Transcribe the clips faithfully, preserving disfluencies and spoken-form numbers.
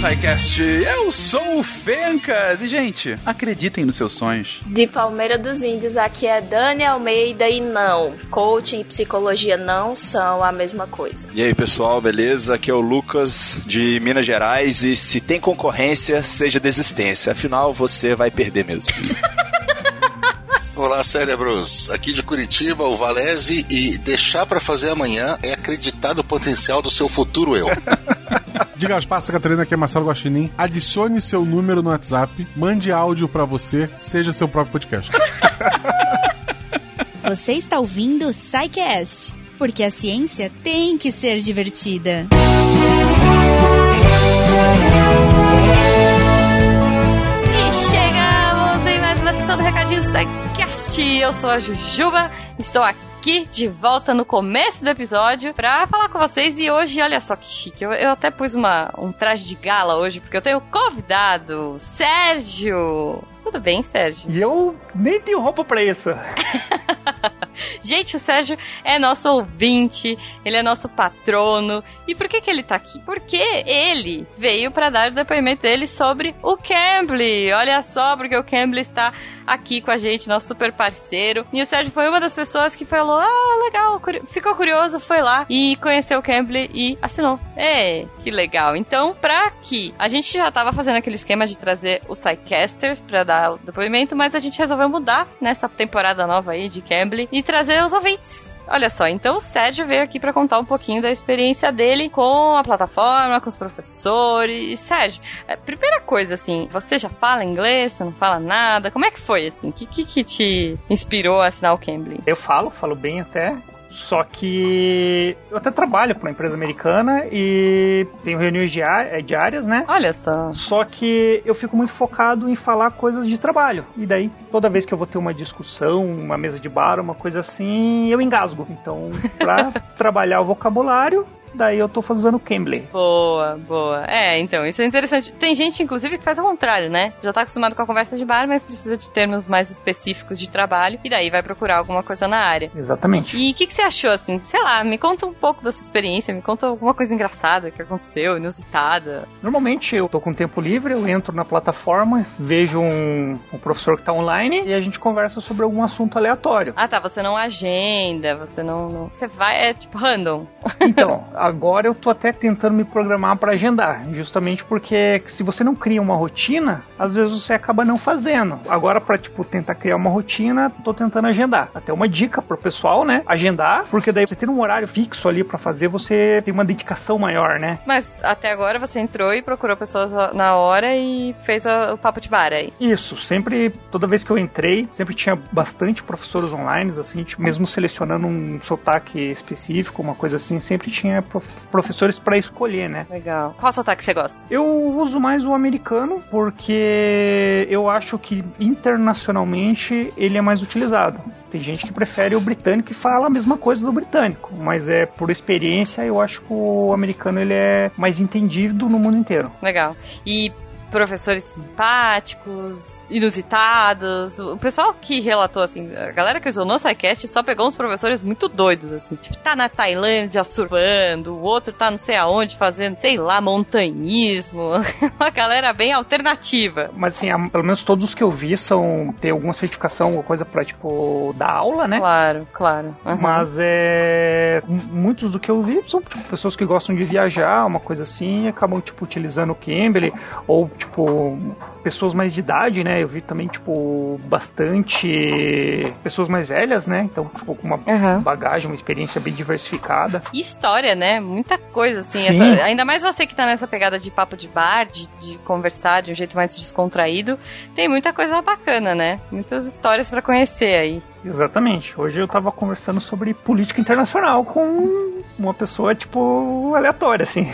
SciCast. Eu sou o Fencas. E, gente, acreditem nos seus sonhos. De Palmeira dos Índios, aqui é Dani Almeida e não, coaching e psicologia não são a mesma coisa. E aí, pessoal, beleza? Aqui é o Lucas, de Minas Gerais, e se tem concorrência, seja desistência. Afinal, você vai perder mesmo. Olá, cérebros. Aqui de Curitiba, o Valese, e deixar pra fazer amanhã é acreditar no potencial do seu futuro eu. De Gaspar, Santa Catarina, aqui é Marcelo Guaxinim. Adicione seu número no WhatsApp, mande áudio pra você, seja seu próprio podcast. Você está ouvindo o SciCast, porque a ciência tem que ser divertida. E chegamos em mais uma sessão do Recadinho SciCast. Eu sou a Jujuba, estou aqui aqui de volta no começo do episódio pra falar com vocês. E hoje, olha só que chique, eu, eu até pus uma, um traje de gala hoje, porque eu tenho convidado Sérgio. Tudo bem, Sérgio? E eu nem tenho roupa pra isso. Gente, o Sérgio é nosso ouvinte, ele é nosso patrono. E por que que ele tá aqui? Porque ele veio pra dar o depoimento dele sobre o Cambly. Olha só, porque o Cambly está aqui com a gente, nosso super parceiro. E o Sérgio foi uma das pessoas que falou, ah, legal, ficou curioso, foi lá e conheceu o Cambly e assinou. É, que legal. Então, pra que a gente já tava fazendo aquele esquema de trazer os SciCasters pra dar o depoimento, mas a gente resolveu mudar nessa temporada nova aí de Cambly e trazer os ouvintes. Olha só, então o Sérgio veio aqui pra contar um pouquinho da experiência dele com a plataforma, com os professores. Sérgio, primeira coisa, assim, você já fala inglês, você não fala nada? Como é que foi, assim? O que, que, que te inspirou a assinar o Cambly? Eu falo, falo bem até. Só que eu até trabalho para uma empresa americana e tenho reuniões diárias, né? Olha só. Só que eu fico muito focado em falar coisas de trabalho. E daí, toda vez que eu vou ter uma discussão, uma mesa de bar, uma coisa assim, eu engasgo. Então, pra trabalhar o vocabulário, daí eu tô fazendo o Cambly. Boa, boa. É, então, isso é interessante. Tem gente, inclusive, que faz o contrário, né? Já tá acostumado com a conversa de bar, mas precisa de termos mais específicos de trabalho, e daí vai procurar alguma coisa na área. Exatamente. E o que, que você achou, assim? Sei lá, me conta um pouco da sua experiência, me conta alguma coisa engraçada que aconteceu, inusitada. Normalmente, eu tô com tempo livre, eu entro na plataforma, vejo um, um professor que tá online, e a gente conversa sobre algum assunto aleatório. Ah, tá, você não agenda, você não... não... Você vai, é tipo random. Então, agora eu tô até tentando me programar para agendar, justamente porque se você não cria uma rotina, às vezes você acaba não fazendo. Agora, para tipo tentar criar uma rotina, tô tentando agendar. Até uma dica pro pessoal, né? Agendar, porque daí você tem um horário fixo ali para fazer, você tem uma dedicação maior, né? Mas até agora você entrou e procurou pessoas na hora e fez a, o papo de bar aí. Isso, sempre, toda vez que eu entrei, sempre tinha bastante professores online, assim, tipo, mesmo selecionando um sotaque específico, uma coisa assim, sempre tinha professores para escolher, né? Legal. Qual sotaque você gosta? Eu uso mais o americano porque eu acho que internacionalmente ele é mais utilizado. Tem gente que prefere o britânico e fala a mesma coisa do britânico, mas é por experiência eu acho que o americano ele é mais entendido no mundo inteiro. Legal. E professores simpáticos, inusitados. O pessoal que relatou, assim, a galera que usou no SciCast só pegou uns professores muito doidos, assim. Tipo, tá na Tailândia surfando, o outro tá não sei aonde fazendo, sei lá, montanhismo. Uma galera bem alternativa. Mas, assim, pelo menos todos os que eu vi são ter alguma certificação, alguma coisa pra, tipo, dar aula, né? Claro, claro. Uhum. Mas, é... muitos do que eu vi são, tipo, pessoas que gostam de viajar, uma coisa assim, e acabam, tipo, utilizando o Cambly, ou tipo, pessoas mais de idade, né? Eu vi também, tipo, bastante pessoas mais velhas, né? Então, tipo, com uma uhum. bagagem, uma experiência bem diversificada. E história, né? Muita coisa, assim. Essa, ainda mais você que tá nessa pegada de papo de bar, de, de conversar de um jeito mais descontraído. Tem muita coisa bacana, né? Muitas histórias pra conhecer aí. Exatamente. Hoje eu tava conversando sobre política internacional com uma pessoa, tipo, aleatória, assim.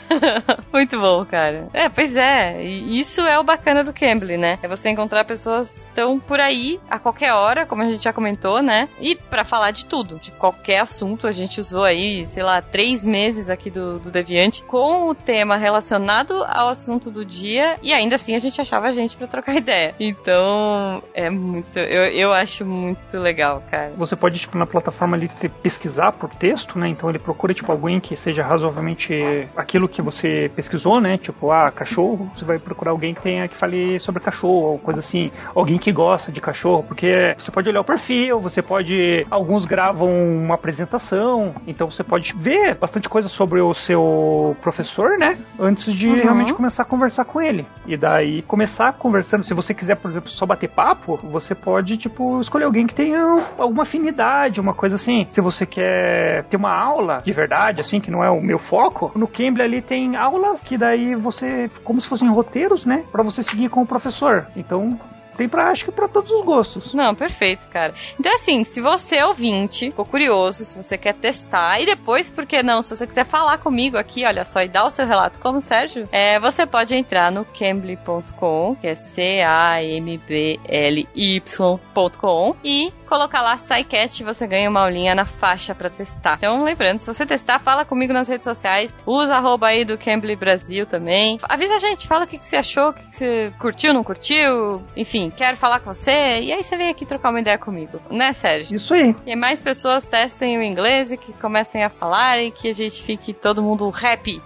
Muito bom, cara. É, pois é. E isso é o bacana do Cambly, né? É você encontrar pessoas que estão por aí a qualquer hora, como a gente já comentou, né? E pra falar de tudo, de qualquer assunto. A gente usou aí, sei lá, três meses aqui do, do Deviante com o tema relacionado ao assunto do dia e ainda assim a gente achava gente pra trocar ideia. Então, é muito... Eu, eu acho muito legal, cara. Você pode, tipo, na plataforma ali pesquisar por texto, né? Então ele procura, tipo, alguém que seja razoavelmente aquilo que que você pesquisou, né? Tipo, ah, cachorro, você vai procurar alguém que tenha que fale sobre cachorro, ou coisa assim. Alguém que gosta de cachorro, porque você pode olhar o perfil, você pode... Alguns gravam uma apresentação, então você pode ver bastante coisa sobre o seu professor, né? Antes de uhum. realmente começar a conversar com ele. E daí, começar conversando, se você quiser, por exemplo, só bater papo, você pode, tipo, escolher alguém que tenha alguma afinidade, uma coisa assim. Se você quer ter uma aula de verdade, assim, que não é o meu foco, no Cambly ali tem aulas que daí você, como se fossem roteiros, né? Pra você seguir com o professor. Então... tem pra, acho que pra todos os gostos. Não, perfeito, cara. Então, assim, se você é ouvinte, ficou curioso, se você quer testar, e depois, por que não, se você quiser falar comigo aqui, olha só, e dar o seu relato como o Sérgio, é, você pode entrar no cambly ponto com, que é C A M B L Y ponto com, e colocar lá SciCast, você ganha uma aulinha na faixa pra testar. Então, lembrando, se você testar, fala comigo nas redes sociais, usa a arroba aí do Cambly Brasil também. Avisa a gente, fala o que, que você achou, o que, que você curtiu, não curtiu, enfim, quero falar com você, e aí você vem aqui trocar uma ideia comigo, né, Sérgio? Isso aí. E mais pessoas testem o inglês e que comecem a falar e que a gente fique todo mundo happy.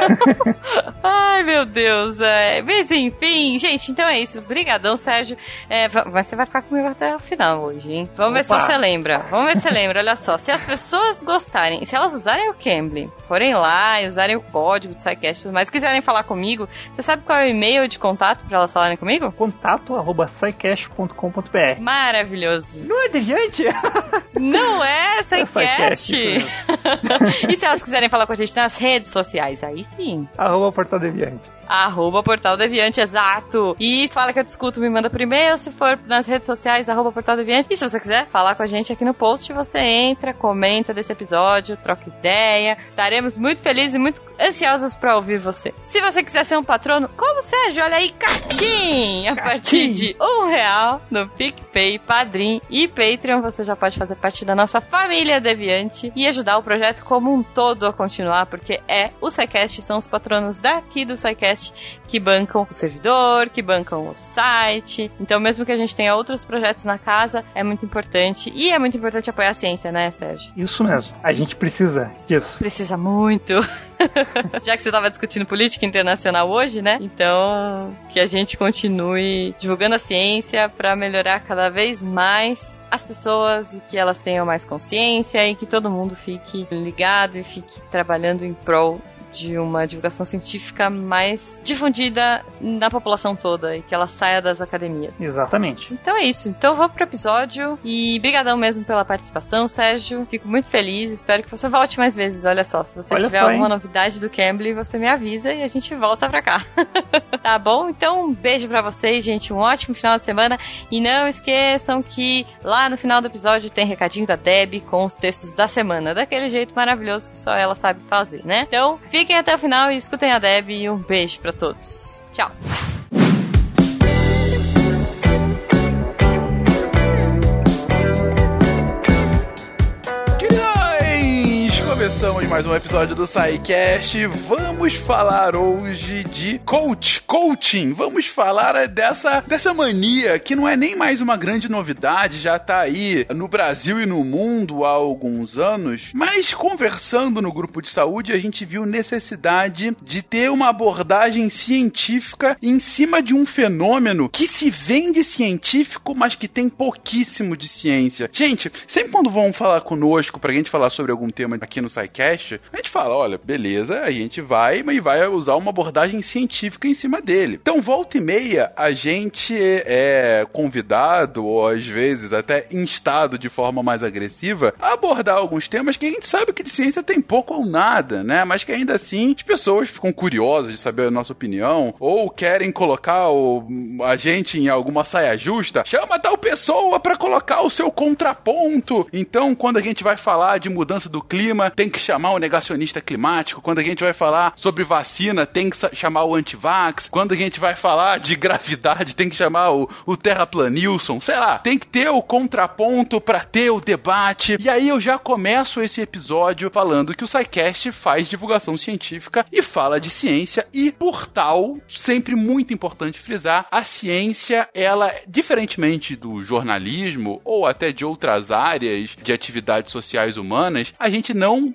Ai, meu Deus. É. Mas enfim, gente, então é isso. Obrigadão, Sérgio. É, mas você vai ficar comigo até o final hoje, hein? Vamos Opa. ver se você lembra. Vamos ver se você lembra. Olha só, se as pessoas gostarem, se elas usarem o Cambly, forem lá e usarem o código do SciCast e tudo mais, quiserem falar comigo, você sabe qual é o e-mail de contato pra elas falarem comigo? Contato arroba scicast ponto com ponto b r. Maravilhoso. Não é de gente? Não é, SciCast. É e se elas quiserem falar com a gente nas redes sociais, aí sim. Arroba Portal Deviante. Arroba Portal Deviante, exato. E fala que eu discuto, me manda por e-mail. Se for nas redes sociais, arroba Portal Deviante. E se você quiser falar com a gente aqui no post, você entra, comenta desse episódio, troca ideia. Estaremos muito felizes e muito ansiosos pra ouvir você. Se você quiser ser um patrono, como o Sérgio, olha aí, Catim! A partir de um real no PicPay, Padrim e Patreon, você já pode fazer parte da nossa família Deviante e ajudar o projeto como um todo a continuar, porque é o SciCast, são os patronos daqui do SciCast que bancam o servidor, que bancam o site. Então, mesmo que a gente tenha outros projetos na casa, é muito importante. E é muito importante apoiar a ciência, né, Sérgio? Isso mesmo. A gente precisa disso. Precisa muito. Já que você estava discutindo política internacional hoje, né? Então, que a gente continue divulgando a ciência para melhorar cada vez mais as pessoas e que elas tenham mais consciência e que todo mundo fique ligado e fique trabalhando em prol de uma divulgação científica mais difundida na população toda e que ela saia das academias. Exatamente. Então é isso. Então vamos pro episódio e brigadão mesmo pela participação, Sérgio. Fico muito feliz. Espero que você volte mais vezes. Olha só, se você Olha tiver só, alguma hein? novidade do Cambly, você me avisa e a gente volta pra cá. Tá bom? Então um beijo pra vocês, gente. Um ótimo final de semana. E não esqueçam que lá no final do episódio tem recadinho da Deb com os textos da semana. Daquele jeito maravilhoso que só ela sabe fazer, né? Então, fiquem Fiquem até o final e escutem a Deb e um beijo pra todos. Tchau! Começamos mais um episódio do SciCast. Vamos falar hoje de coach, coaching. Vamos falar dessa, dessa mania que não é nem mais uma grande novidade, já tá aí no Brasil e no mundo há alguns anos, mas conversando no grupo de saúde a gente viu necessidade de ter uma abordagem científica em cima de um fenômeno que se vende científico, mas que tem pouquíssimo de ciência. Gente, sempre quando vão falar conosco pra gente falar sobre algum tema aqui no SciCast, a gente fala, olha, beleza, a gente vai, mas vai usar uma abordagem científica em cima dele. Então, volta e meia, a gente é convidado, ou às vezes até instado de forma mais agressiva, a abordar alguns temas que a gente sabe que de ciência tem pouco ou nada, né? Mas que ainda assim, as pessoas ficam curiosas de saber a nossa opinião, ou querem colocar o, a gente em alguma saia justa, chama tal pessoa pra colocar o seu contraponto. Então, quando a gente vai falar de mudança do clima, tem que chamar o negacionista climático. Quando a gente vai falar sobre vacina, tem que chamar o antivax. Quando a gente vai falar de gravidade, tem que chamar o, o terraplanilson. Sei lá, tem que ter o contraponto pra ter o debate. E aí eu já começo esse episódio falando que o SciCast faz divulgação científica e fala de ciência e, por tal, sempre muito importante frisar, a ciência, ela, diferentemente do jornalismo ou até de outras áreas de atividades sociais humanas, a gente não necessita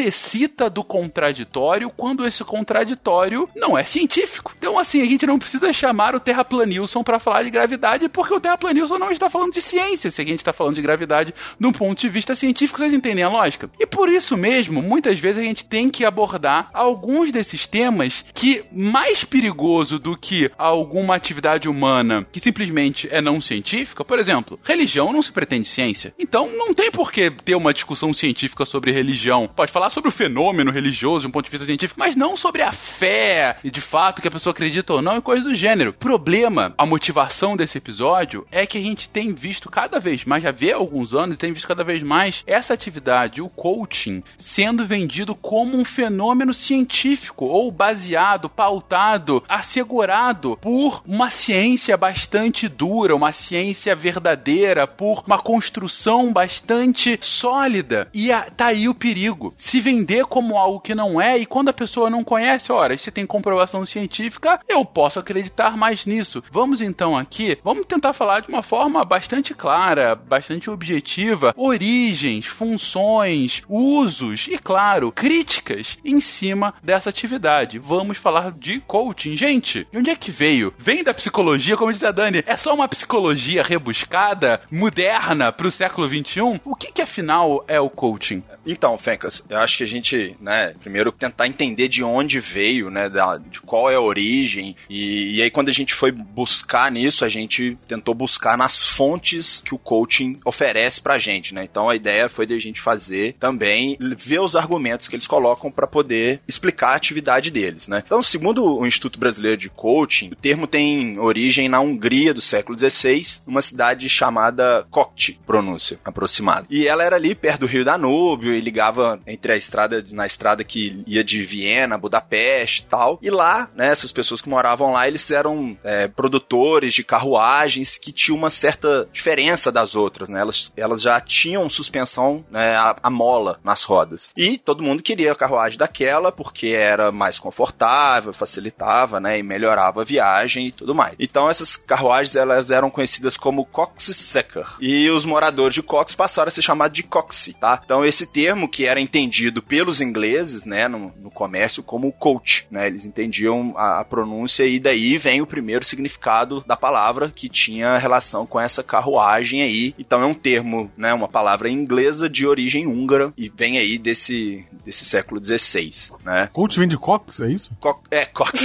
necessita do contraditório quando esse contraditório não é científico. Então, assim, a gente não precisa chamar o Terraplanilson para falar de gravidade, porque o Terraplanilson não está falando de ciência, se a gente está falando de gravidade de um ponto de vista científico. Vocês entendem a lógica? E por isso mesmo, muitas vezes a gente tem que abordar alguns desses temas que, mais perigoso do que alguma atividade humana que simplesmente é não científica, por exemplo, religião não se pretende ciência. Então, não tem por que ter uma discussão científica sobre religião. Pode falar sobre o fenômeno religioso de um ponto de vista científico, mas não sobre a fé e de fato que a pessoa acredita ou não e coisas do gênero. O problema, a motivação desse episódio é que a gente tem visto cada vez mais, já vê há alguns anos, tem visto cada vez mais essa atividade, o coaching, sendo vendido como um fenômeno científico ou baseado, pautado, assegurado por uma ciência bastante dura, uma ciência verdadeira, por uma construção bastante sólida. E a, tá aí o perigo. Se vender como algo que não é, e quando a pessoa não conhece, ora, se tem comprovação científica, eu posso acreditar mais nisso. Vamos então aqui, vamos tentar falar de uma forma bastante clara, bastante objetiva, origens, funções, usos e, claro, críticas em cima dessa atividade. Vamos falar de coaching. Gente, de onde é que veio? Vem da psicologia, como diz a Dani, é só uma psicologia rebuscada, moderna para o século vinte e um? O que que afinal é o coaching? Então, Fencas, eu acho que a gente, né, primeiro tentar entender de onde veio, né, da, de qual é a origem, e, e aí quando a gente foi buscar nisso, a gente tentou buscar nas fontes que o coaching oferece pra gente, né, então a ideia foi de a gente fazer também, ver os argumentos que eles colocam para poder explicar a atividade deles, né. Então, segundo o Instituto Brasileiro de Coaching, o termo tem origem na Hungria do século dezesseis, numa cidade chamada Koch, pronúncia aproximada, e ela era ali perto do Rio Danúbio, e ligava entre a estrada, na estrada que ia de Viena, Budapeste e tal, e lá, né, essas pessoas que moravam lá, eles eram é, produtores de carruagens que tinham uma certa diferença das outras, né, elas, elas já tinham suspensão, né, a, a mola nas rodas, e todo mundo queria a carruagem daquela, porque era mais confortável, facilitava, né, e melhorava a viagem e tudo mais. Então essas carruagens, elas eram conhecidas como Coxsecker, e os moradores de Cox passaram a ser chamados de Coxie, tá? Então esse termo que era entendido pelos ingleses, né, no, no comércio como coach, né, eles entendiam a, a pronúncia e daí vem o primeiro significado da palavra que tinha relação com essa carruagem aí. Então é um termo, né, uma palavra inglesa de origem húngara e vem aí desse, desse século dezesseis, né. Coach vem de Cox, é isso? Co- é, Cox.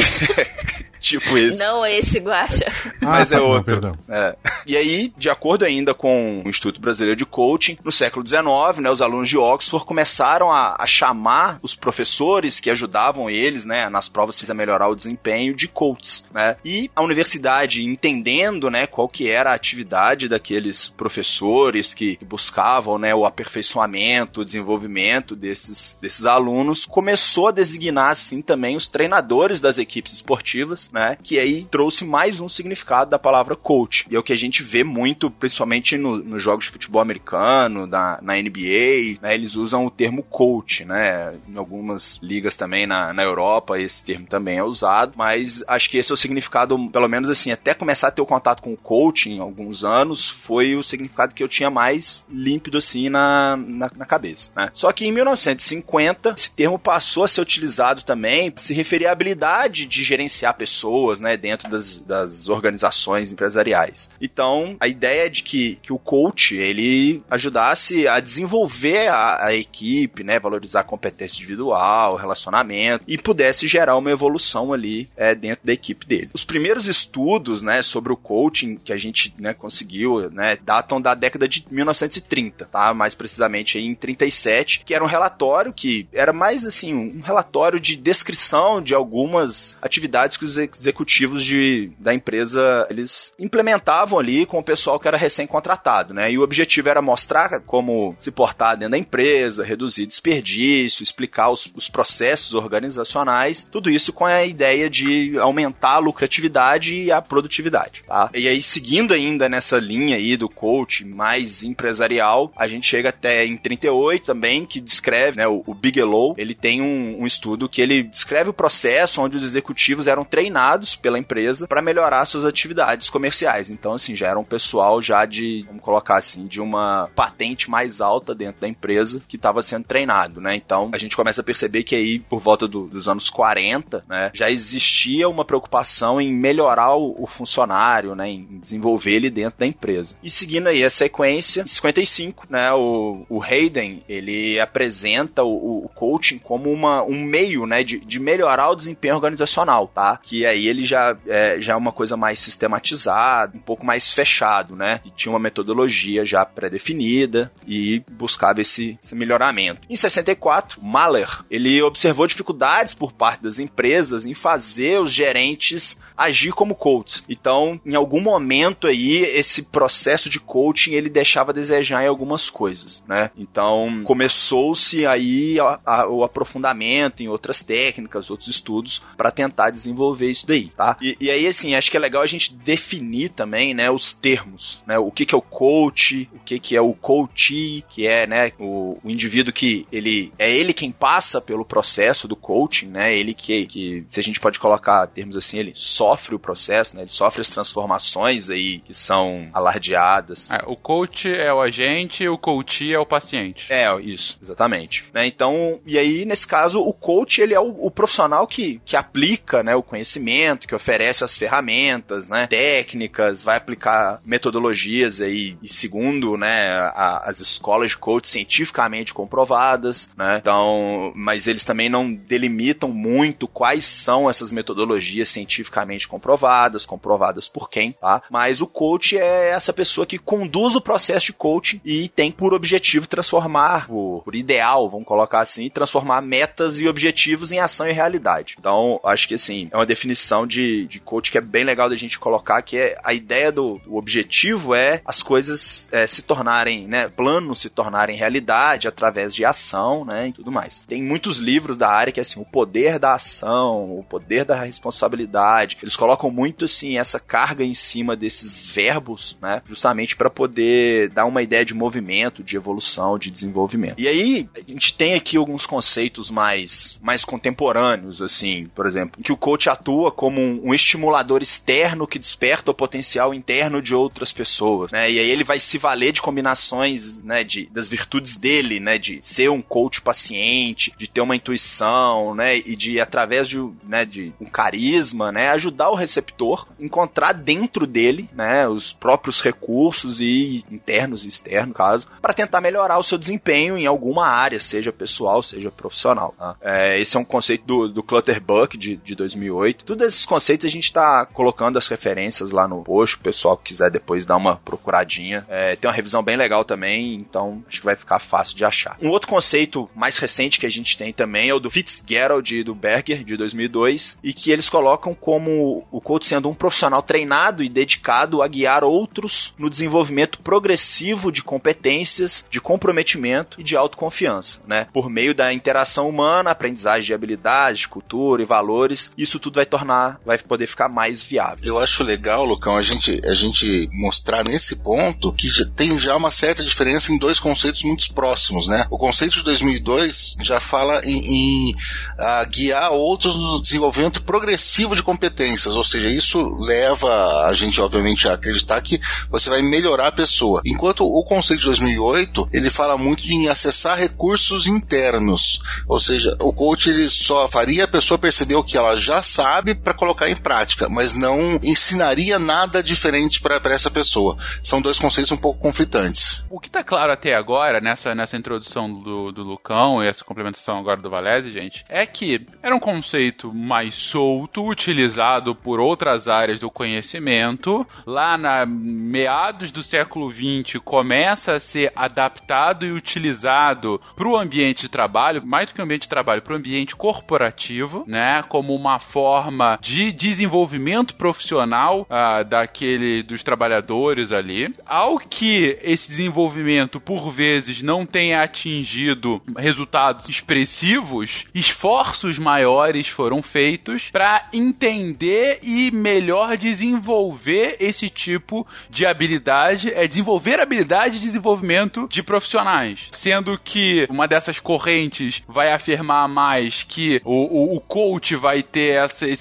Tipo isso. Não esse, Guaxa. Mas ah, é perdão, outro. Perdão. É. E aí, de acordo ainda com o Instituto Brasileiro de Coaching, no século dezenove, né, os alunos de Oxford começaram a, a chamar os professores que ajudavam eles, né, nas provas a melhorar o desempenho de coaches, né? E a universidade, entendendo, né, qual que era a atividade daqueles professores que buscavam, né, o aperfeiçoamento, o desenvolvimento desses, desses alunos, começou a designar, assim, também os treinadores das equipes esportivas, né, que aí trouxe mais um significado da palavra coach. E é o que a gente vê muito, principalmente no, nos jogos de futebol americano, na, na N B A, né, eles usam o termo coach, né, em algumas ligas também na, na Europa esse termo também é usado, mas acho que esse é o significado, pelo menos assim, até começar a ter o contato com o coaching em alguns anos, foi o significado que eu tinha mais límpido assim na, na, na cabeça, né. Só que em mil novecentos e cinquenta, esse termo passou a ser utilizado também para se referir à habilidade de gerenciar pessoas, pessoas, né, dentro das, das organizações empresariais. Então, a ideia é de que, que o coach, ele ajudasse a desenvolver a, a equipe, né, valorizar a competência individual, relacionamento, e pudesse gerar uma evolução ali é, dentro da equipe dele. Os primeiros estudos, né, sobre o coaching que a gente, né, conseguiu, né, datam da década de mil novecentos e trinta, tá? Mais precisamente aí em trinta e sete, que era um relatório que era mais, assim, um relatório de descrição de algumas atividades que os executivos de, da empresa, eles implementavam ali com o pessoal que era recém-contratado, né? E o objetivo era mostrar como se portar dentro da empresa, reduzir desperdício, explicar os, os processos organizacionais, tudo isso com a ideia de aumentar a lucratividade e a produtividade, tá? E aí, seguindo ainda nessa linha aí do coach mais empresarial, a gente chega até em trinta e oito também, que descreve, né, o, o Bigelow, ele tem um, um estudo que ele descreve o processo onde os executivos eram treinados treinados pela empresa para melhorar suas atividades comerciais. Então, assim, já era um pessoal já de, vamos colocar assim, de uma patente mais alta dentro da empresa que estava sendo treinado, né? Então, a gente começa a perceber que aí, por volta do, dos anos quarenta, né, já existia uma preocupação em melhorar o, o funcionário, né, em desenvolver ele dentro da empresa. E seguindo aí a sequência, em cinquenta e cinco, né, o, o Hayden, ele apresenta o, o coaching como uma, um meio, né, de, de melhorar o desempenho organizacional, tá? Que aí ele já é, já é uma coisa mais sistematizada, um pouco mais fechado, né? E tinha uma metodologia já pré-definida e buscava esse, esse melhoramento. Em sessenta e quatro, Mahler, ele observou dificuldades por parte das empresas em fazer os gerentes agir como coach. Então, em algum momento aí, esse processo de coaching, ele deixava a desejar em algumas coisas, né? Então, começou-se aí a, a, o aprofundamento em outras técnicas, outros estudos, para tentar desenvolver isso daí, tá? E, e aí, assim, acho que é legal a gente definir também, né, os termos, né? O que que é o coach, o que que é o coachee, que é, né, o, o indivíduo que ele, é ele quem passa pelo processo do coaching, né? Ele que, que, se a gente pode colocar termos assim, ele sofre o processo, né? Ele sofre as transformações aí que são alardeadas. É, o coach é o agente, o coachee é o paciente. É, isso, exatamente. Né? Então, e aí, nesse caso, o coach, ele é o, o profissional que, que aplica, né, o conhecimento, que oferece as ferramentas, né, técnicas, vai aplicar metodologias aí, e segundo, né, a, as escolas de coach cientificamente comprovadas, né? Então, mas eles também não delimitam muito quais são essas metodologias cientificamente comprovadas, comprovadas por quem, tá? Mas o coach é essa pessoa que conduz o processo de coaching e tem por objetivo transformar, por, por ideal, vamos colocar assim, transformar metas e objetivos em ação e realidade. Então, acho que assim, é uma definição de, de coach que é bem legal da gente colocar, que é a ideia do, do objetivo é as coisas é, se tornarem, né, planos se tornarem realidade através de ação, né, e tudo mais. Tem muitos livros da área que é assim, o poder da ação, o poder da responsabilidade. Eles colocam muito assim essa carga em cima desses verbos, né, justamente para poder dar uma ideia de movimento, de evolução, de desenvolvimento. E aí a gente tem aqui alguns conceitos mais, mais contemporâneos, assim, por exemplo, que o coach atua como um, um estimulador externo que desperta o potencial interno de outras pessoas, né, e aí ele vai se valer de combinações, né, de, das virtudes dele, né, de ser um coach paciente, de ter uma intuição, né, e de, através de, né, de um carisma, né, ajudar o receptor a encontrar dentro dele, né, os próprios recursos e internos e externos, no caso, para tentar melhorar o seu desempenho em alguma área, seja pessoal, seja profissional. Tá? É, esse é um conceito do, do Clutterbuck, de, de dois mil e oito. Todos esses conceitos a gente está colocando as referências lá no post, o pessoal que quiser depois dar uma procuradinha. É, tem uma revisão bem legal também, então acho que vai ficar fácil de achar. Um outro conceito mais recente que a gente tem também é o do Fitzgerald e do Berger, de dois mil e dois, e que eles colocam como o coach sendo um profissional treinado e dedicado a guiar outros no desenvolvimento progressivo de competências, de comprometimento e de autoconfiança, né? Por meio da interação humana, aprendizagem de habilidades, cultura e valores, isso tudo vai tornar, vai poder ficar mais viável. Eu acho legal, Lucão, a gente, a gente mostrar nesse ponto que já tem já uma certa diferença em dois conceitos muito próximos, né? O conceito de dois mil e dois já fala em, em a, guiar outros no desenvolvimento progressivo de competências, ou seja, isso leva a gente, obviamente, a acreditar que você vai melhorar a pessoa. Enquanto o conceito de dois mil e oito, ele fala muito em acessar recursos internos, ou seja, o coach ele só faria a pessoa perceber o que ela já sabe para colocar em prática, mas não ensinaria nada diferente para essa pessoa. São dois conceitos um pouco conflitantes. O que tá claro até agora, nessa, nessa introdução do, do Lucão e essa complementação agora do Valese, gente, é que era um conceito mais solto, utilizado por outras áreas do conhecimento. Lá na meados do século vinte começa a ser adaptado e utilizado para o ambiente de trabalho, mais do que o ambiente de trabalho, para o ambiente corporativo, né, como uma forma de desenvolvimento profissional ah, daquele, dos trabalhadores ali. Ao que esse desenvolvimento, por vezes, não tenha atingido resultados expressivos, esforços maiores foram feitos para entender e melhor desenvolver esse tipo de habilidade, é desenvolver habilidade de desenvolvimento de profissionais. Sendo que uma dessas correntes vai afirmar mais que o, o, o coach vai ter essa, esse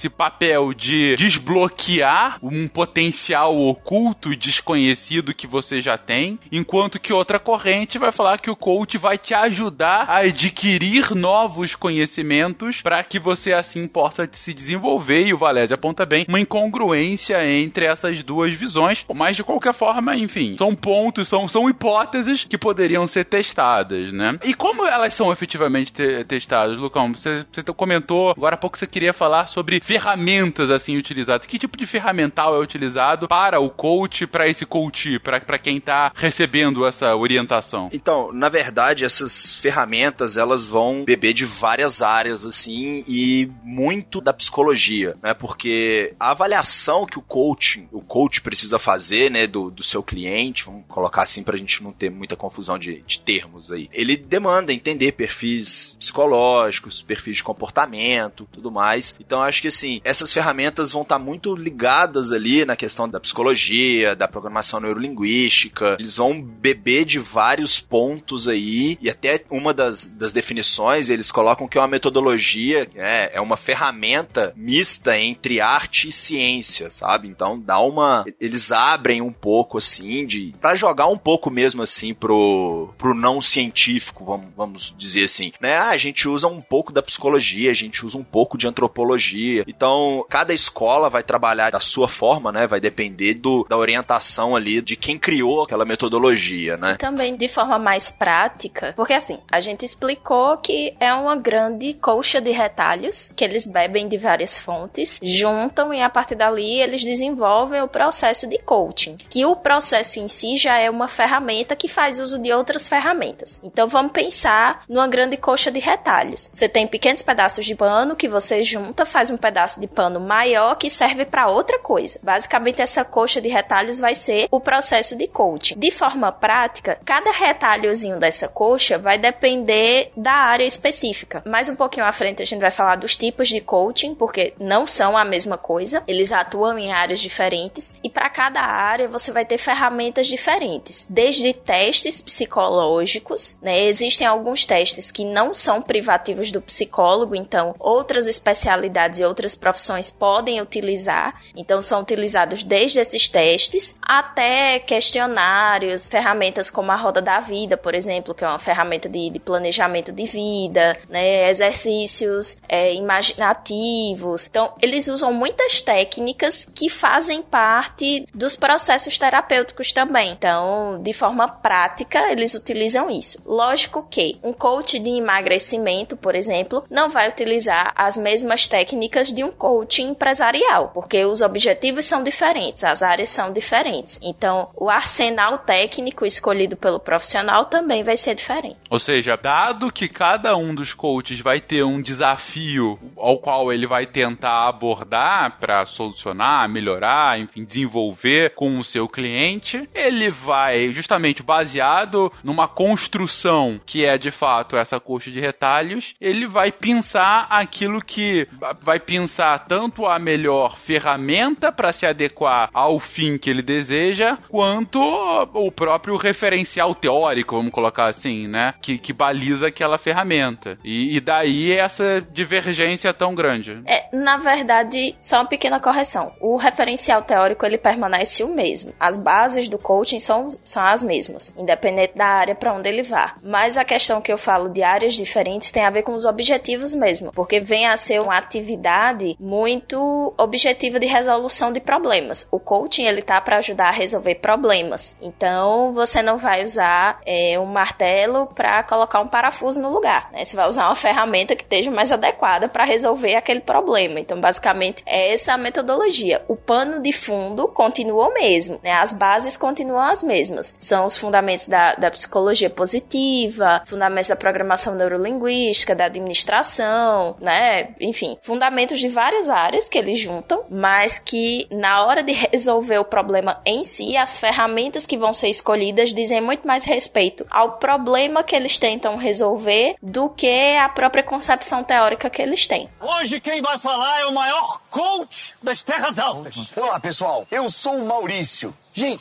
esse papel de desbloquear um potencial oculto, desconhecido que você já tem, enquanto que outra corrente vai falar que o coach vai te ajudar a adquirir novos conhecimentos para que você assim possa se desenvolver, e o Valese aponta bem uma incongruência entre essas duas visões, mas de qualquer forma, enfim, são pontos, são, são hipóteses que poderiam ser testadas, né? E como elas são efetivamente te- testadas, Lucão? Você, você comentou, agora há pouco você queria falar sobre ferramentas assim utilizadas. Que tipo de ferramental é utilizado para o coach, para esse coach, para quem está recebendo essa orientação? Então, na verdade, essas ferramentas, elas vão beber de várias áreas, assim, e muito da psicologia, né? Porque a avaliação que o coach, o coach precisa fazer, né, do, do seu cliente, vamos colocar assim pra gente não ter muita confusão de, de termos aí, ele demanda entender perfis psicológicos, perfis de comportamento, tudo mais. Então, acho que, assim, essas ferramentas vão estar muito ligadas ali na questão da psicologia, da programação neurolinguística. Eles vão beber de vários pontos aí, e até uma das, das definições, eles colocam que é uma metodologia, é, é uma ferramenta mista entre arte e ciência, sabe? Então, dá uma... Eles abrem um pouco, assim, de... pra jogar um pouco mesmo, assim, pro, pro não científico, vamos, vamos dizer assim, né? Ah, a gente usa um pouco da psicologia, a gente usa um pouco de antropologia. Então, cada escola vai trabalhar da sua forma, né? Vai depender do, da orientação ali de quem criou aquela metodologia, né? Também de forma mais prática, porque assim, a gente explicou que é uma grande colcha de retalhos, que eles bebem de várias fontes, juntam e a partir dali eles desenvolvem o processo de coaching, que o processo em si já é uma ferramenta que faz uso de outras ferramentas. Então vamos pensar numa grande colcha de retalhos. Você tem pequenos pedaços de pano que você junta, faz um pedaço de pano maior que serve para outra coisa. Basicamente essa colcha de retalhos vai ser o processo de coaching. De forma prática, cada retalhozinho dessa colcha vai depender da área específica. Mais um pouquinho à frente a gente vai falar dos tipos de coaching, porque não são a mesma coisa, eles atuam em áreas diferentes e para cada área você vai ter ferramentas diferentes, desde testes psicológicos, né? Existem alguns testes que não são privativos do psicólogo, então outras especialidades e outras profissões podem utilizar, então são utilizados desde esses testes até questionários, ferramentas como a Roda da Vida, por exemplo, que é uma ferramenta de, de planejamento de vida, né? Exercícios é, imaginativos. Então, eles usam muitas técnicas que fazem parte dos processos terapêuticos também. Então, de forma prática, eles utilizam isso. Lógico que um coach de emagrecimento, por exemplo, não vai utilizar as mesmas técnicas de um coach empresarial, porque os objetivos são diferentes, as áreas são diferentes. Então, o arsenal técnico escolhido pelo profissional também vai ser diferente. Ou seja, dado que cada um dos coaches vai ter um desafio ao qual ele vai tentar abordar para solucionar, melhorar, enfim, desenvolver com o seu cliente, ele vai, justamente baseado numa construção que é de fato essa coxa de retalhos, ele vai pensar aquilo que vai pensar tanto a melhor ferramenta para se adequar ao fim que ele deseja, quanto o próprio referencial teórico, vamos colocar assim, né? Que, que baliza aquela ferramenta. E, e daí essa divergência tão grande. É, na verdade, só uma pequena correção. O referencial teórico, ele permanece o mesmo. As bases do coaching são, são as mesmas, independente da área para onde ele vá. Mas a questão que eu falo de áreas diferentes tem a ver com os objetivos mesmo, porque vem a ser uma atividade muito objetiva de resolução de problemas. O coaching, ele tá para ajudar a resolver problemas. Então, você não vai usar é, um martelo para colocar um parafuso no lugar, né? Você vai usar uma ferramenta que esteja mais adequada para resolver aquele problema. Então, basicamente, é essa a metodologia. O pano de fundo continua o mesmo, né? As bases continuam as mesmas. São os fundamentos da, da psicologia positiva, fundamentos da programação neurolinguística, da administração, né? Enfim, fundamentos de várias áreas que eles juntam, mas que na hora de resolver o problema em si, as ferramentas que vão ser escolhidas dizem muito mais respeito ao problema que eles tentam resolver do que a própria concepção teórica que eles têm. Hoje quem vai falar é o maior coach das Terras Altas. Olá, pessoal. Eu sou o Maurício. Gente,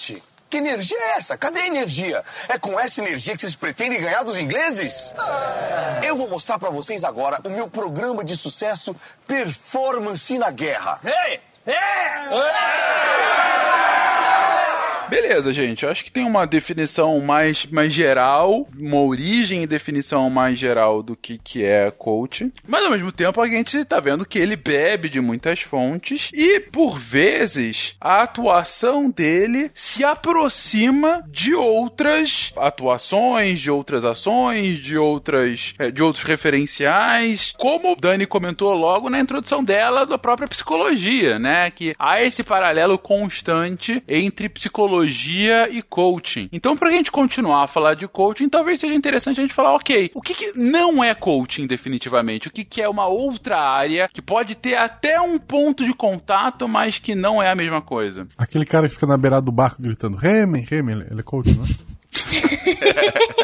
Que energia é essa? Cadê a energia? É com essa energia que vocês pretendem ganhar dos ingleses? Eu vou mostrar pra vocês agora o meu programa de sucesso Performance na Guerra. Ei! Ei! Beleza, gente. Eu acho que tem uma definição mais, mais geral, uma origem e definição mais geral do que, que é coach. Mas, ao mesmo tempo, a gente tá vendo que ele bebe de muitas fontes e, por vezes, a atuação dele se aproxima de outras atuações, de outras ações, de, outras, de outros referenciais. Como o Dani comentou logo na introdução dela, da própria psicologia, né? Que há esse paralelo constante entre psicologia e coaching. Então, pra gente continuar a falar de coaching, talvez seja interessante a gente falar, ok, o que, que não é coaching definitivamente? O que, que é uma outra área que pode ter até um ponto de contato, mas que não é a mesma coisa? Aquele cara que fica na beirada do barco gritando, remem, remem, ele é coach, não é?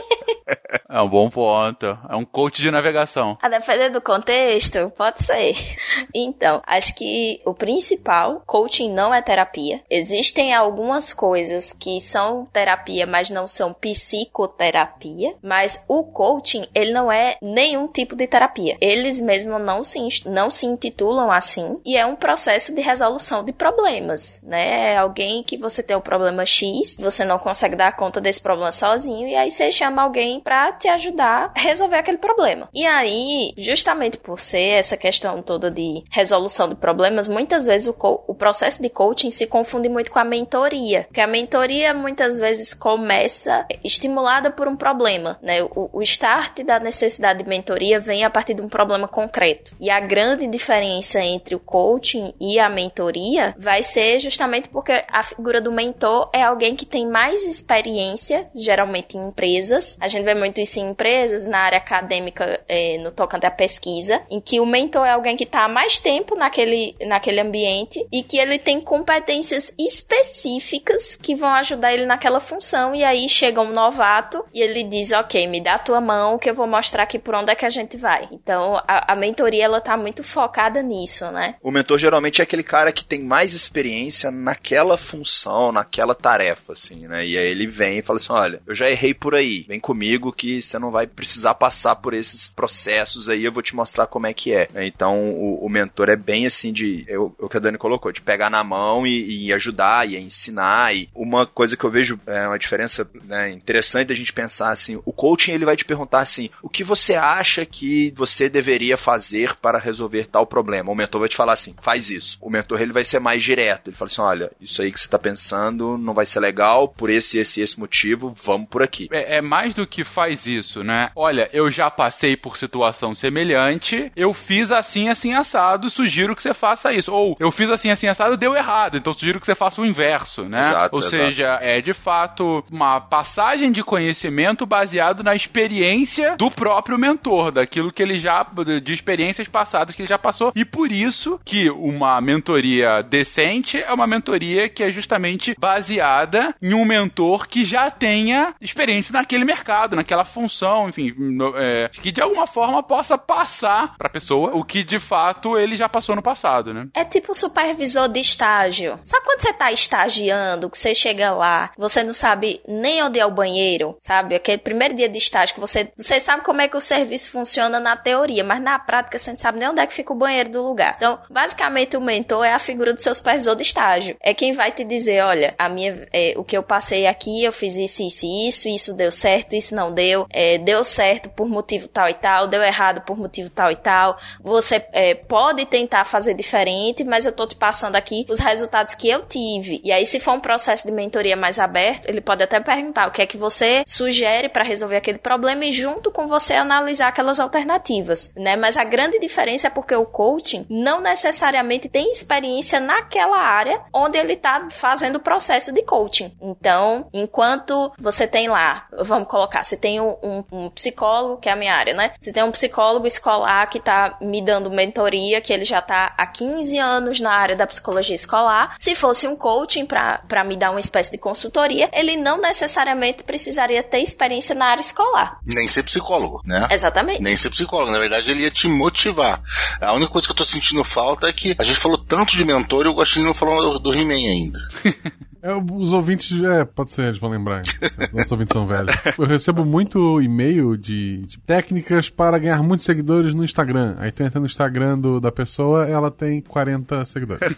É um bom ponto. É um coach de navegação. A depender do contexto, pode ser. Então, acho que o principal, coaching não é terapia. Existem algumas coisas que são terapia, mas não são psicoterapia. Mas o coaching, ele não é nenhum tipo de terapia. Eles mesmos não se, não se intitulam assim. E é um processo de resolução de problemas, né? É alguém que você tem um problema X, você não consegue dar conta desse problema sozinho, e aí você chama alguém pra te ajudar a resolver aquele problema. E aí, justamente por ser essa questão toda de resolução de problemas, muitas vezes o, co- o processo de coaching se confunde muito com a mentoria, porque a mentoria muitas vezes começa estimulada por um problema, né? O, o start da necessidade de mentoria vem a partir de um problema concreto. E a grande diferença entre o coaching e a mentoria vai ser justamente porque a figura do mentor é alguém que tem mais experiência, geralmente em empresas. A gente vê muito isso em empresas, na área acadêmica, é, no tocante à pesquisa, em que o mentor é alguém que está há mais tempo naquele, naquele ambiente e que ele tem competências específicas que vão ajudar ele naquela função, e aí chega um novato e ele diz, ok, me dá a tua mão que eu vou mostrar aqui por onde é que a gente vai. Então, a, a mentoria, ela tá muito focada nisso, né? O mentor geralmente é aquele cara que tem mais experiência naquela função, naquela tarefa, assim, né? E aí ele vem e fala assim, olha, eu já errei por aí, vem comigo que você não vai precisar passar por esses processos aí, eu vou te mostrar como é que é. Então, o, o mentor é bem assim de, eu, o que a Dani colocou, de pegar na mão e, e ajudar, e ensinar. E uma coisa que eu vejo, é uma diferença, né, interessante da gente pensar assim, o coaching, ele vai te perguntar assim, o que você acha que você deveria fazer para resolver tal problema? O mentor vai te falar assim, faz isso. O mentor, ele vai ser mais direto, ele fala assim, olha, isso aí que você tá pensando não vai ser legal, por esse, esse, esse motivo, vamos por aqui. É, é mais do que faz isso, né? Olha, eu já passei por situação semelhante, eu fiz assim, assim, assado, sugiro que você faça isso. Ou, eu fiz assim, assim, assado, deu errado, então sugiro que você faça o inverso, né? Exato, Ou exato. seja, é de fato uma passagem de conhecimento baseado na experiência do próprio mentor, daquilo que ele já, de experiências passadas que ele já passou, e por isso que uma mentoria decente é uma mentoria que é justamente baseada em um mentor que já tenha experiência naquele mercado, naquela função, enfim, no, é, que de alguma forma possa passar pra pessoa o que de fato ele já passou no passado, né? É tipo supervisor de estágio. Sabe quando você tá estagiando, que você chega lá, você não sabe nem onde é o banheiro, sabe? Aquele primeiro dia de estágio que você, você sabe como é que o serviço funciona na teoria, mas na prática você não sabe nem onde é que fica o banheiro do lugar. Então, basicamente o mentor é a figura do seu supervisor de estágio. É quem vai te dizer, olha, a minha, é, o que eu passei aqui, eu fiz isso, isso e isso, isso deu certo, isso não deu, é, deu certo por motivo tal e tal, deu errado por motivo tal e tal. Você é, pode tentar fazer diferente, mas eu tô te passando aqui os resultados que eu tive. E aí, se for um processo de mentoria mais aberto, ele pode até perguntar o que é que você sugere para resolver aquele problema e junto com você analisar aquelas alternativas, né? Mas a grande diferença é porque o coaching não necessariamente tem experiência naquela área onde ele tá fazendo o processo de coaching. Então, enquanto você tem lá, vamos colocar, você tem um, um, um psicólogo, que é a minha área, né? Você tem um psicólogo escolar que tá me dando mentoria, que ele já tá há quinze anos na área da psicologia escolar. Se fosse um coaching pra, pra me dar uma espécie de consultoria, ele não necessariamente precisaria ter experiência na área escolar. Nem ser psicólogo, né? Exatamente. Nem ser psicólogo. Na verdade, ele ia te motivar. A única coisa que eu tô sentindo falta é que a gente falou tanto de mentor e o Guaxinim não falou do He-Man ainda. É, os ouvintes, é, pode ser, eles vão lembrar. Nossos ouvintes são velhos. Eu recebo muito e-mail de, de técnicas para ganhar muitos seguidores no Instagram. Aí tu entra no Instagram do, da pessoa, ela tem quarenta seguidores.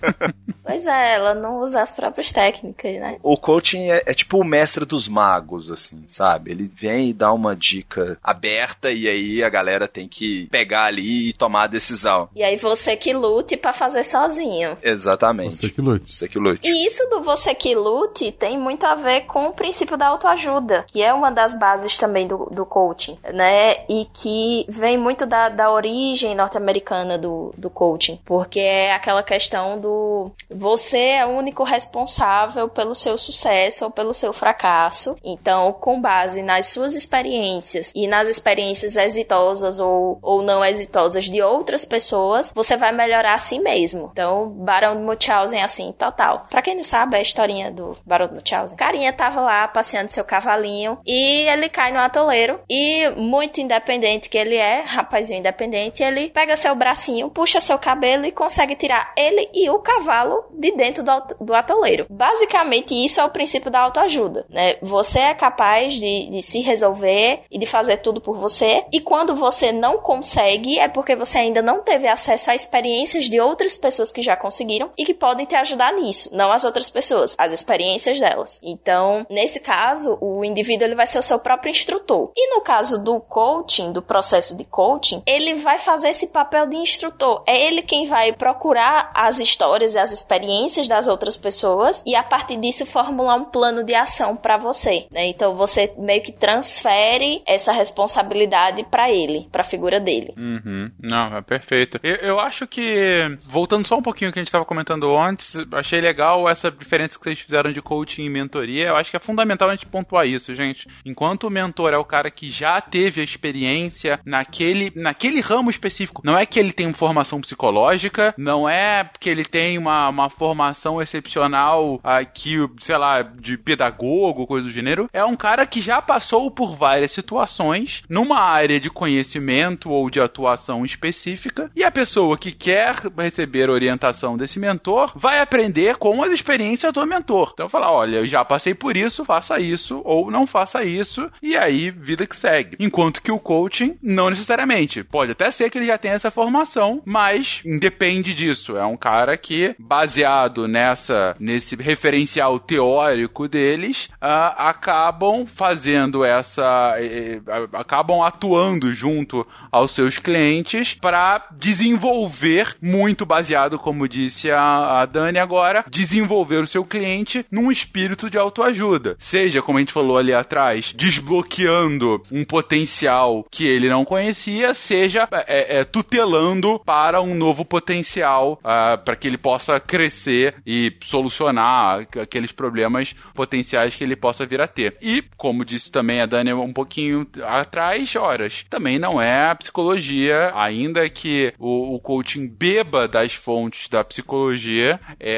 Pois é, ela não usa as próprias técnicas, né? O coaching é, é tipo o mestre dos magos, assim, sabe? Ele vem e dá uma dica aberta e aí a galera tem que pegar ali e tomar a decisão. E aí você que lute pra fazer sozinho. Exatamente. Você que lute. Você que lute. E isso do você que lute tem muito a ver com o princípio da autoajuda, que é uma das bases também do, do coaching, né? E que vem muito da, da origem norte-americana do, do coaching, porque é aquela questão do você é o único responsável pelo seu sucesso ou pelo seu fracasso. Então, com base nas suas experiências e nas experiências exitosas ou, ou não exitosas de outras pessoas, você vai melhorar a si mesmo. Então, Barão de Munchausen é assim, total. Pra quem não sabe, a historinha do Barão de Munchausen. O carinha tava lá passeando seu cavalinho e ele cai no atoleiro e, muito independente que ele é, rapazinho independente, ele pega seu bracinho, puxa seu cabelo e consegue tirar ele e o cavalo de dentro do, do atoleiro. Basicamente, isso é o princípio da autoajuda, né? Você é capaz de, de se resolver e de fazer tudo por você, e quando você não consegue, é porque você ainda não teve acesso a experiências de outras pessoas que já conseguiram e que podem te ajudar nisso, não as outras pessoas, as experiências delas. Então, nesse caso, o indivíduo ele vai ser o seu próprio instrutor. E no caso do coaching, do processo de coaching, ele vai fazer esse papel de instrutor. É ele quem vai procurar as histórias e as experiências das outras pessoas e a partir disso formular um plano de ação para você, né? Então você meio que transfere essa responsabilidade para ele, para a figura dele. Uhum. Não, é perfeito. Eu, eu acho que, voltando só um pouquinho ao que a gente estava comentando antes, achei legal essa diferença que vocês fizeram de coaching e mentoria. Eu acho que é fundamental a gente pontuar isso, gente. Enquanto o mentor é o cara que já teve a experiência naquele, naquele ramo específico, não é que ele tem formação psicológica, não é que ele tem uma, uma formação excepcional aqui, sei lá, de pedagogo, coisa do gênero, é um cara que já passou por várias situações numa área de conhecimento ou de atuação específica, e a pessoa que quer receber orientação desse mentor vai aprender com as experiências do mentor. Então falar, olha, eu já passei por isso, faça isso ou não faça isso, e aí vida que segue. Enquanto que o coaching, não necessariamente. Pode até ser que ele já tenha essa formação, mas independe disso. É um cara que, baseado nessa, nesse referencial teórico deles, uh, acabam fazendo essa... Uh, acabam atuando junto aos seus clientes para desenvolver, muito baseado, como disse a, a Dani agora, desenvolver o seu cliente num espírito de autoajuda. Seja, como a gente falou ali atrás, desbloqueando um potencial que ele não conhecia, seja é, é, tutelando para um novo potencial, uh, para que ele possa crescer e solucionar aqueles problemas potenciais que ele possa vir a ter. E, como disse também a Dani um pouquinho atrás, horas, também não é a psicologia, ainda que o, o coaching beba das fontes da psicologia,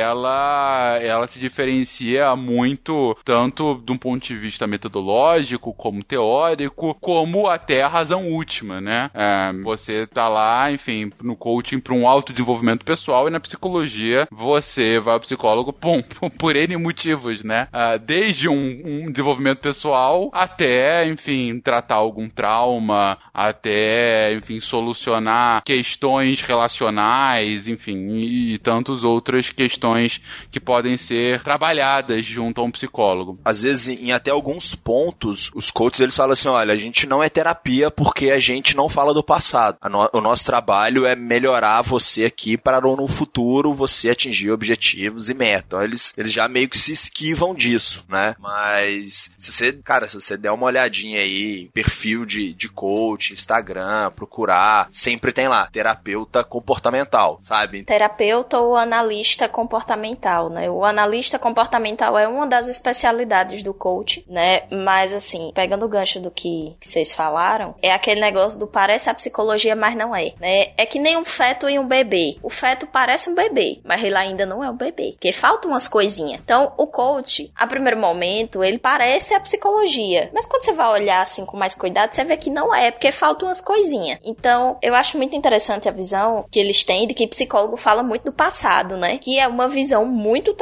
ela, ela se diferencia muito, tanto de um ponto de vista metodológico, como teórico, como até a razão última, né? É, você tá lá, enfim, no coaching para um autodesenvolvimento pessoal, e na psicologia você vai ao psicólogo pum, por N motivos, né? Uh, desde um, um desenvolvimento pessoal até, enfim, tratar algum trauma, até, enfim, solucionar questões relacionais, enfim, e, e tantas outras questões que podem ser trabalhadas junto a um psicólogo. Às vezes, em até alguns pontos, os coaches, eles falam assim, olha, a gente não é terapia porque a gente não fala do passado. No, o nosso trabalho é melhorar você aqui para no futuro você atingir objetivos e metas. Então, eles, eles já meio que se esquivam disso, né? Mas, se você, cara, se você der uma olhadinha aí, perfil de, de coach, Instagram, procurar, sempre tem lá, terapeuta comportamental, sabe? Terapeuta ou analista comportamental, né? O analista comportamental é uma das especialidades do coach, né? Mas, assim, pegando o gancho do que, que vocês falaram, é aquele negócio do parece a psicologia, mas não é, né? É que nem um feto e um bebê. O feto parece um bebê, mas ele ainda não é um bebê, porque faltam umas coisinhas. Então, o coach, a primeiro momento, ele parece a psicologia, mas quando você vai olhar, assim, com mais cuidado, você vê que não é, porque faltam umas coisinhas. Então, eu acho muito interessante a visão que eles têm de que psicólogo fala muito do passado, né? Que é uma visão muito tradicional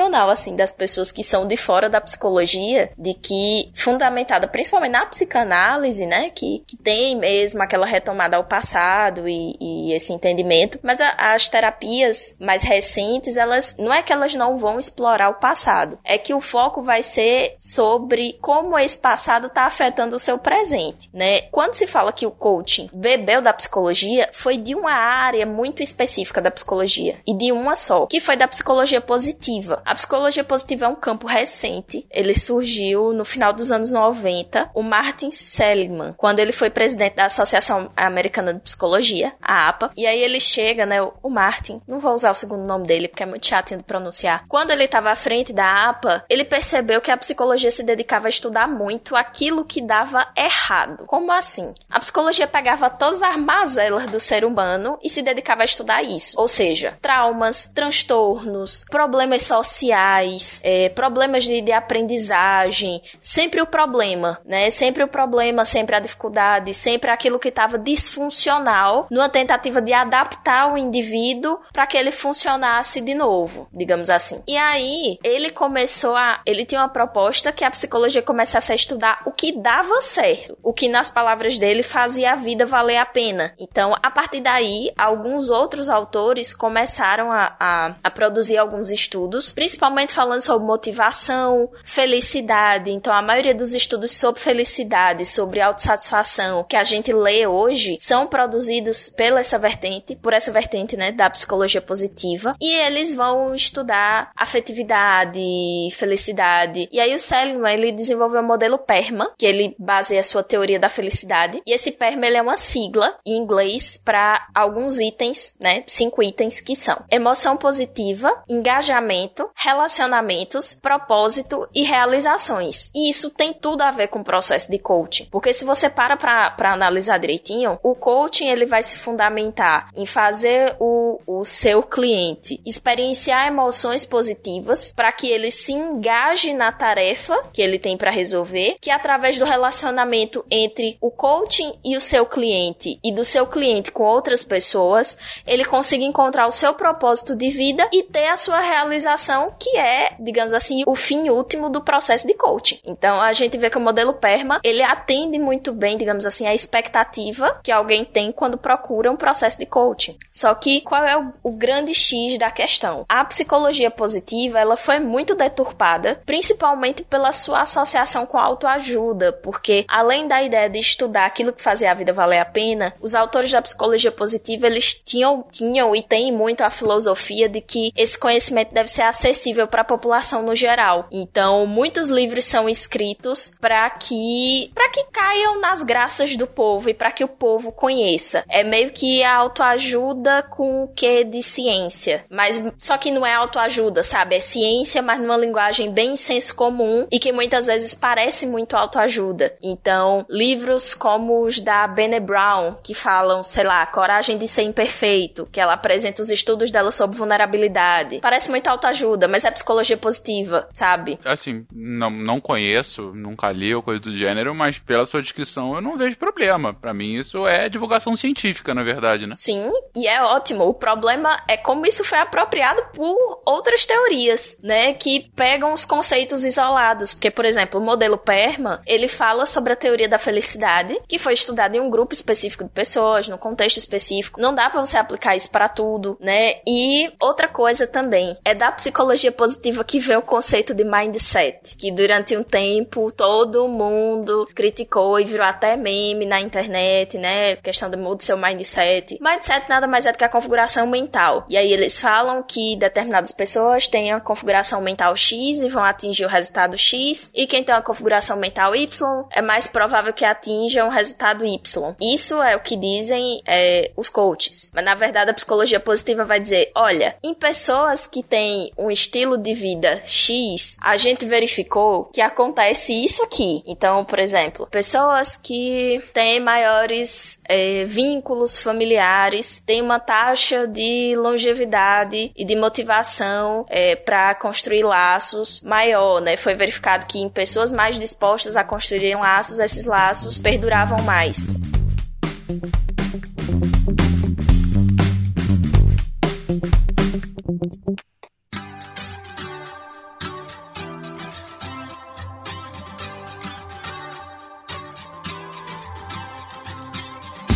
tradicional, assim, das pessoas que são de fora da psicologia, de que, fundamentada principalmente na psicanálise, né, que, que tem mesmo aquela retomada ao passado e, e esse entendimento, mas a, as terapias mais recentes, elas, não é que elas não vão explorar o passado, é que o foco vai ser sobre como esse passado está afetando o seu presente, né? Quando se fala que o coaching bebeu da psicologia, foi de uma área muito específica da psicologia, e de uma só, que foi da psicologia positiva. A psicologia positiva é um campo recente, ele surgiu no final dos anos noventa, o Martin Seligman, quando ele foi presidente da Associação Americana de Psicologia, a APA, e aí ele chega, né, o Martin, não vou usar o segundo nome dele, porque é muito chatinho de pronunciar. Quando ele estava à frente da APA, ele percebeu que a psicologia se dedicava a estudar muito aquilo que dava errado. Como assim? A psicologia pegava todas as mazelas do ser humano e se dedicava a estudar isso. Ou seja, traumas, transtornos, problemas sociais, é, problemas de, de aprendizagem, sempre o problema, né? Sempre o problema, sempre a dificuldade, sempre aquilo que estava disfuncional, numa tentativa de adaptar o indivíduo para que ele funcionasse de novo, digamos assim. E aí, ele começou a... Ele tinha uma proposta que a psicologia começasse a estudar o que dava certo, o que, nas palavras dele, fazia a vida valer a pena. Então, a partir daí, alguns outros autores começaram a, a, a produzir alguns estudos, principalmente falando sobre motivação, felicidade. Então, a maioria dos estudos sobre felicidade, sobre autossatisfação, que a gente lê hoje, são produzidos pela essa vertente, por essa vertente, né, da psicologia positiva, e eles vão estudar afetividade, felicidade. E aí o Seligman, ele desenvolveu o modelo PERMA, que ele baseia a sua teoria da felicidade, e esse PERMA, ele é uma sigla em inglês para alguns itens, né, cinco itens que são emoção positiva, engajamento, relacionamentos, propósito e realizações. E isso tem tudo a ver com o processo de coaching, porque se você para para analisar direitinho, o coaching, ele vai se fundamentar em fazer o, o seu cliente experienciar emoções positivas para que ele se engaje na tarefa que ele tem para resolver, que através do relacionamento entre o coaching e o seu cliente e do seu cliente com outras pessoas, ele consiga encontrar o seu propósito de vida e ter a sua realização, que é, digamos assim, o fim último do processo de coaching. Então, a gente vê que o modelo PERMA, ele atende muito bem, digamos assim, a expectativa que alguém tem quando procura um processo de coaching. Só que, qual é o, o grande X da questão? A psicologia positiva, ela foi muito deturpada, principalmente pela sua associação com a autoajuda, porque, além da ideia de estudar aquilo que fazia a vida valer a pena, os autores da psicologia positiva, eles tinham, tinham e têm muito a filosofia de que esse conhecimento deve ser acessível para a população no geral. Então, muitos livros são escritos para que, para que caiam nas graças do povo e para que o povo conheça. É meio que a autoajuda com o quê de ciência. Mas, só que não é autoajuda, sabe? É ciência, mas numa linguagem bem senso comum e que muitas vezes parece muito autoajuda. Então, livros como os da Brené Brown, que falam, sei lá, Coragem de Ser Imperfeito, que ela apresenta os estudos dela sobre vulnerabilidade. Parece muito autoajuda, mas é psicologia positiva, sabe? Assim, não, não conheço, nunca li ou coisa do gênero, mas pela sua descrição eu não vejo problema. Pra mim isso é divulgação científica, na verdade, né? Sim, e é ótimo. O problema é como isso foi apropriado por outras teorias, né, que pegam os conceitos isolados. Porque, por exemplo, o modelo PERMA, ele fala sobre a teoria da felicidade, que foi estudada em um grupo específico de pessoas, no contexto específico. Não dá pra você aplicar isso pra tudo, né? E outra coisa também, é da psicologia positiva que vem o conceito de mindset, que durante um tempo todo mundo criticou e virou até meme na internet, né? Questão do mude seu mindset. Mindset nada mais é do que a configuração mental. E aí eles falam que determinadas pessoas têm a configuração mental X e vão atingir o resultado X, e quem tem uma configuração mental Y é mais provável que atinja o resultado Y. Isso é o que dizem é, os coaches. Mas na verdade a psicologia positiva vai dizer, olha, em pessoas que têm um estilo de vida X, a gente verificou que acontece isso aqui. Então, por exemplo, pessoas que têm maiores é, vínculos familiares têm uma taxa de longevidade e de motivação é, para construir laços maior, né? Foi verificado que em pessoas mais dispostas a construir laços, esses laços perduravam mais.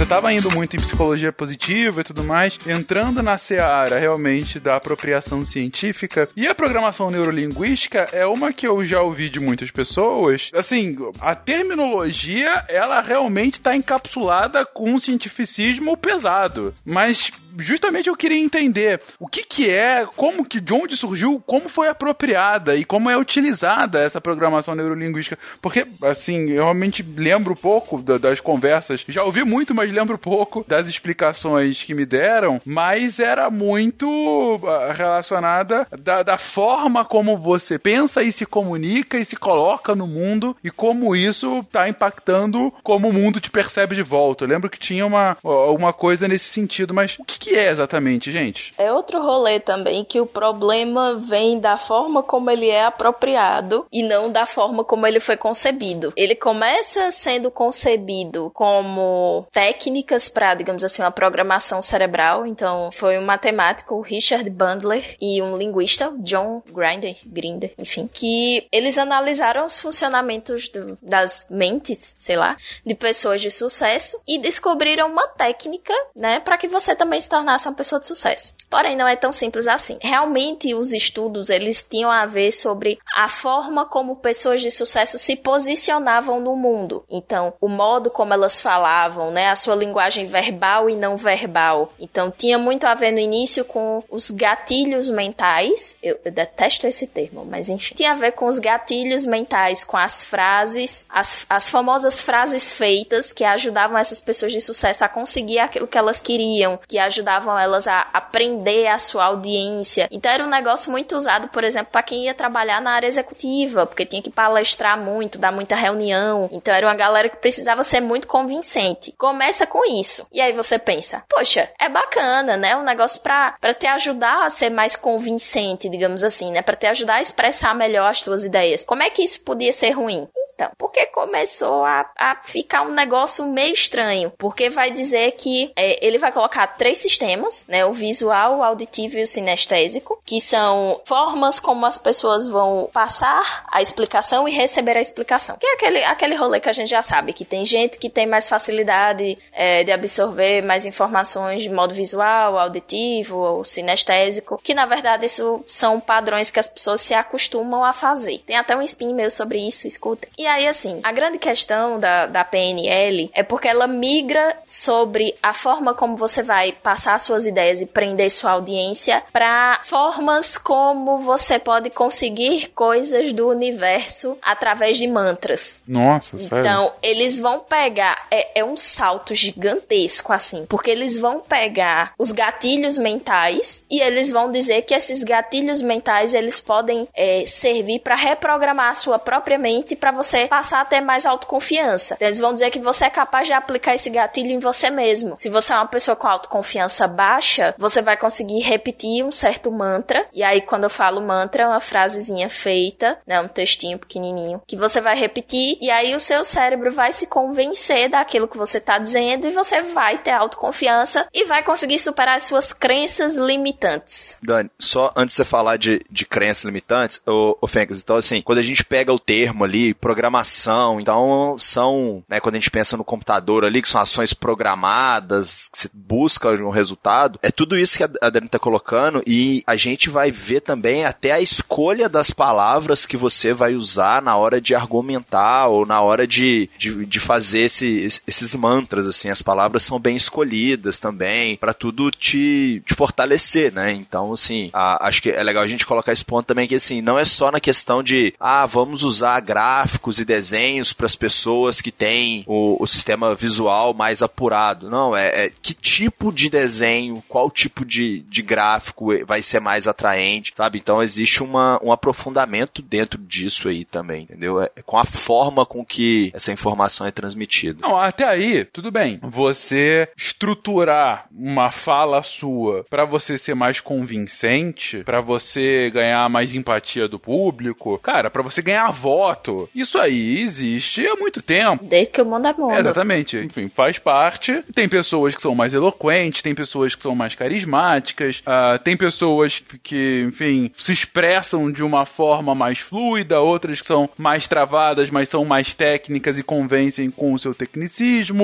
você tava indo muito em psicologia positiva e tudo mais, entrando na seara realmente da apropriação científica, e a programação neurolinguística é uma que eu já ouvi de muitas pessoas. Assim, a terminologia, ela realmente tá encapsulada com um cientificismo pesado, mas justamente eu queria entender o que que é, como que, de onde surgiu, como foi apropriada e como é utilizada essa programação neurolinguística, porque, assim, eu realmente lembro pouco da, das conversas, já ouvi muito, mas lembro pouco das explicações que me deram, mas era muito uh, relacionada da, da forma como você pensa e se comunica e se coloca no mundo e como isso tá impactando como o mundo te percebe de volta. Eu lembro que tinha uma, uma coisa nesse sentido, mas o que que é exatamente, gente? É outro rolê também, que o problema vem da forma como ele é apropriado e não da forma como ele foi concebido. Ele começa sendo concebido como técnicas para, digamos assim, uma programação cerebral. Então, foi um matemático, o Richard Bandler, e um linguista, o John Grinder, Grinder, enfim, que eles analisaram os funcionamentos do, das mentes, sei lá, de pessoas de sucesso e descobriram uma técnica, né, para que você também se tornasse uma pessoa de sucesso. Porém, não é tão simples assim. Realmente, os estudos, eles tinham a ver sobre a forma como pessoas de sucesso se posicionavam no mundo. Então, o modo como elas falavam, né, a sua linguagem verbal e não verbal. Então, tinha muito a ver no início com os gatilhos mentais. Eu, eu detesto esse termo, mas enfim. Tinha a ver com os gatilhos mentais, com as frases, as, as famosas frases feitas que ajudavam essas pessoas de sucesso a conseguir aquilo que elas queriam, que ajudavam elas a aprender a sua audiência. Então, era um negócio muito usado, por exemplo, para quem ia trabalhar na área executiva, porque tinha que palestrar muito, dar muita reunião. Então, era uma galera que precisava ser muito convincente. Começa com isso. E aí você pensa, poxa, é bacana, né? Um negócio pra, pra te ajudar a ser mais convincente, digamos assim, né? Pra te ajudar a expressar melhor as tuas ideias. Como é que isso podia ser ruim? Então, porque começou a, a ficar um negócio meio estranho. Porque vai dizer que é, ele vai colocar três sistemas, né? O visual, o auditivo e o sinestésico, que são formas como as pessoas vão passar a explicação e receber a explicação. Que é aquele, aquele rolê que a gente já sabe, que tem gente que tem mais facilidade é, de absorver mais informações de modo visual, auditivo ou sinestésico, que na verdade isso são padrões que as pessoas se acostumam a fazer. Tem até um spin meu sobre isso, escutem. E aí, assim, a grande questão da, da P N L é porque ela migra sobre a forma como você vai passar suas ideias e prender sua audiência para formas como você pode conseguir coisas do universo através de mantras. Nossa, sério? Então, eles vão pegar... É, é um salto gigantesco, assim, porque eles vão pegar os gatilhos mentais e eles vão dizer que esses gatilhos mentais, eles podem é, servir para reprogramar a sua própria mente para você passar a ter mais autoconfiança. Então, eles vão dizer que você é capaz de aplicar esse gatilho em você mesmo. Se você é uma pessoa com autoconfiança baixa, você vai conseguir repetir um certo mantra, e aí quando eu falo mantra, é uma frasezinha feita, né, um textinho pequenininho, que você vai repetir, e aí o seu cérebro vai se convencer daquilo que você tá dizendo, e você vai ter autoconfiança e vai conseguir superar as suas crenças limitantes. Dani, só antes de você falar de, de crenças limitantes, ô, ô Fencas, então assim, quando a gente pega o termo ali, programação, então são, né, quando a gente pensa no computador ali, que são ações programadas, que você busca um resultado, é tudo isso que a Dani tá colocando, e a gente vai ver também até a escolha das palavras que você vai usar na hora de argumentar ou na hora de, de, de fazer esse, esses mantras, assim, as palavras são bem escolhidas também, pra tudo te, te fortalecer, né? Então, assim, a, acho que é legal a gente colocar esse ponto também, que assim, não é só na questão de, ah, vamos usar gráficos e desenhos para as pessoas que têm o, o sistema visual mais apurado. Não, é, é que tipo de desenho, qual tipo de, de gráfico vai ser mais atraente, sabe? Então existe uma, um aprofundamento dentro disso aí também, entendeu? É, é com a forma com que essa informação é transmitida. Não, até aí, tudo bem. Você estruturar uma fala sua pra você ser mais convincente, pra você ganhar mais empatia do público, cara, pra você ganhar voto, isso aí existe há muito tempo. Desde que o mundo é mundo. É, exatamente. Enfim, faz parte. Tem pessoas que são mais eloquentes, tem pessoas que são mais carismáticas, uh, tem pessoas que, enfim, se expressam de uma forma mais fluida, outras que são mais travadas, mas são mais técnicas e convencem com o seu tecnicismo. Você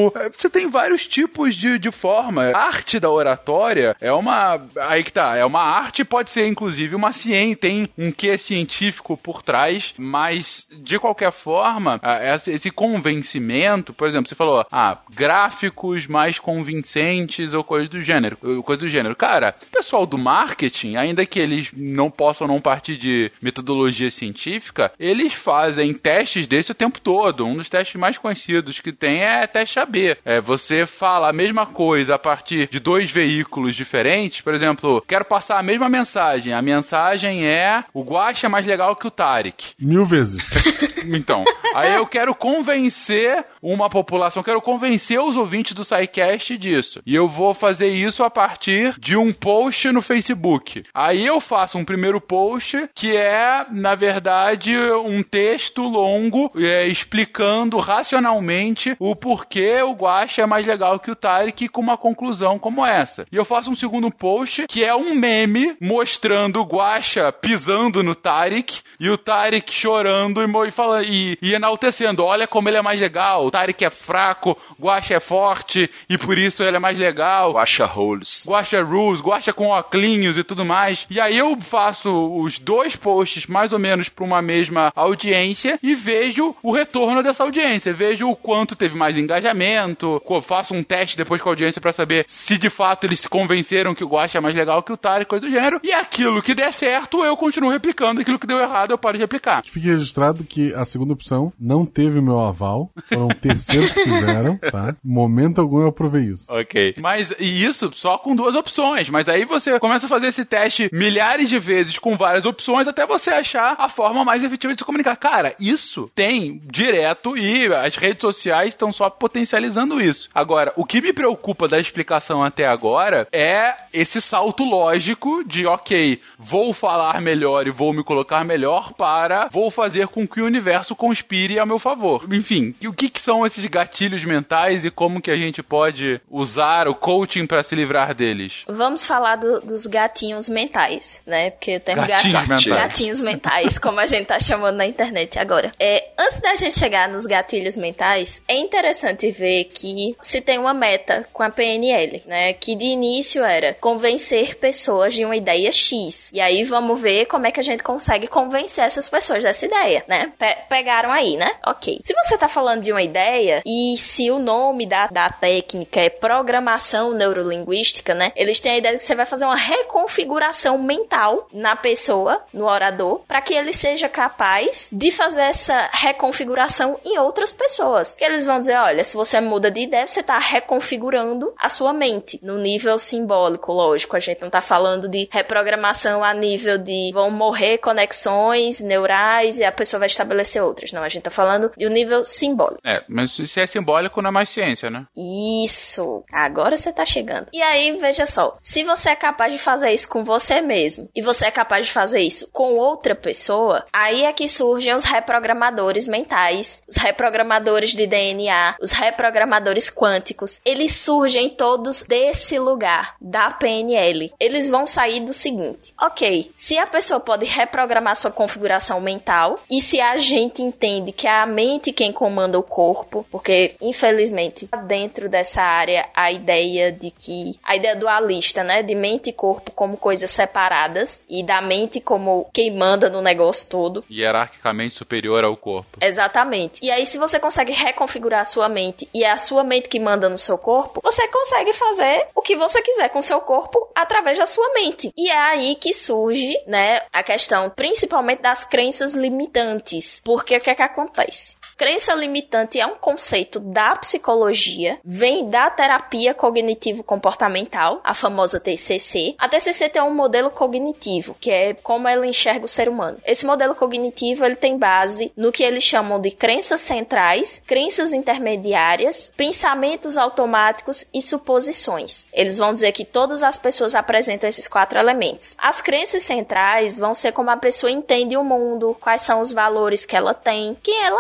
você tem vários tipos de, de forma. A arte da oratória é uma... Aí que tá, é uma arte, pode ser inclusive uma ciência, tem um quê científico por trás, mas de qualquer forma, esse convencimento, por exemplo, você falou, ah, gráficos mais convincentes ou coisa do gênero, coisa do gênero. Cara, o pessoal do marketing, ainda que eles não possam não partir de metodologia científica, eles fazem testes desse o tempo todo. Um dos testes mais conhecidos que tem é teste A B. É, você fala a mesma coisa a partir de dois veículos diferentes, por exemplo, quero passar a mesma mensagem. A mensagem é o Guaxa é mais legal que o Tarek. Mil vezes. Então, aí eu quero convencer uma população, quero convencer os ouvintes do SciCast disso. E eu vou fazer isso a partir de um post no Facebook. Aí eu faço um primeiro post que é, na verdade, um texto longo é, explicando racionalmente o porquê o Guaxa é mais legal que o Tarek com uma conclusão como essa. E eu faço um segundo post que é um meme mostrando o Guaxa pisando no Tarek e o Tarek chorando e, falando, e, e enaltecendo. Olha como ele é mais legal. O Tarek é fraco, Guaxa é forte e por isso ele é mais legal. Guaxa rules. Guaxa rules, Guaxa com óculos e tudo mais. E aí eu faço os dois posts mais ou menos para uma mesma audiência e vejo o retorno dessa audiência. Vejo o quanto teve mais engajamento, faço um teste depois com a audiência para saber se de fato eles se convenceram que o Guaxa é mais legal que o Tarek, coisa do gênero. E aquilo que der certo, eu continuo replicando. Aquilo que deu errado, eu paro de replicar. Fique registrado que a segunda opção não teve o meu aval. Foram terceiros que fizeram, tá? Momento algum eu provei isso. Ok. Mas, e isso só com duas opções. Mas aí você começa a fazer esse teste milhares de vezes com várias opções até você achar a forma mais efetiva de se comunicar. Cara, isso tem direto e as redes sociais estão só potencializando isso. Agora, o que me preocupa da explicação até agora é esse salto lógico de, ok, vou falar melhor e vou me colocar melhor para vou fazer com que o universo conspire a meu favor. Enfim, o que, que são esses gatilhos mentais e como que a gente pode usar o coaching para se livrar deles? Vamos falar do, dos gatinhos mentais, né? Porque o termo gatinhos, gato, mentais. gatinhos mentais, como a gente tá chamando na internet agora. É, antes da gente chegar nos gatilhos mentais, é interessante ver que se tem uma meta com a P N L, né? Que de início era convencer pessoas de uma ideia X. E aí vamos ver como é que a gente consegue convencer essas pessoas dessa ideia, né? Pe- pegaram aí, né? Ok. Se você tá falando de uma ideia e se o nome da, da técnica é programação neurolinguística, né? Eles têm a ideia de que você vai fazer uma reconfiguração mental na pessoa, no orador, para que ele seja capaz de fazer essa reconfiguração em outras pessoas. Que eles vão dizer, olha, se você muda de ideia, você tá reconfigurando a sua mente no nível simbólico, lógico. A gente não tá falando de reprogramação a nível de vão morrer conexões neurais e a pessoa vai estabelecer outras. Não, a gente tá falando de um nível simbólico. É, mas se é simbólico não é mais ciência, né? Isso. Agora você tá chegando. E aí, veja só. Se você é capaz de fazer isso com você mesmo e você é capaz de fazer isso com outra pessoa, aí é que surgem os reprogramadores mentais, os reprogramadores de D N A, os reprogramadores quânticos. Eles surgem todos desse lugar, da P N L. Eles vão sair do seguinte. Ok, se a pessoa pode reprogramar sua configuração mental e se a gente entende que é a mente quem comanda o corpo, porque, infelizmente, dentro dessa área, a ideia de que... A ideia dualista, né? De mente e corpo como coisas separadas e da mente como quem manda no negócio todo. Hierarquicamente superior ao corpo. Exatamente. E aí, se você consegue reconfigurar a sua mente e é a sua mente que manda no seu corpo, você consegue fazer o que você quiser com o seu corpo através da sua mente. E é aí que surge, né, a questão, principalmente das crenças limitantes. Porque o que é que acontece? Crença limitante é um conceito da psicologia, vem da terapia cognitivo-comportamental, a famosa T C C. A T C C tem um modelo cognitivo, que é como ela enxerga o ser humano. Esse modelo cognitivo, ele tem base no que eles chamam de crenças centrais, crenças intermediárias, pensamentos automáticos e suposições. Eles vão dizer que todas as pessoas apresentam esses quatro elementos. As crenças centrais vão ser como a pessoa entende o mundo, quais são os valores que ela tem, quem ela é,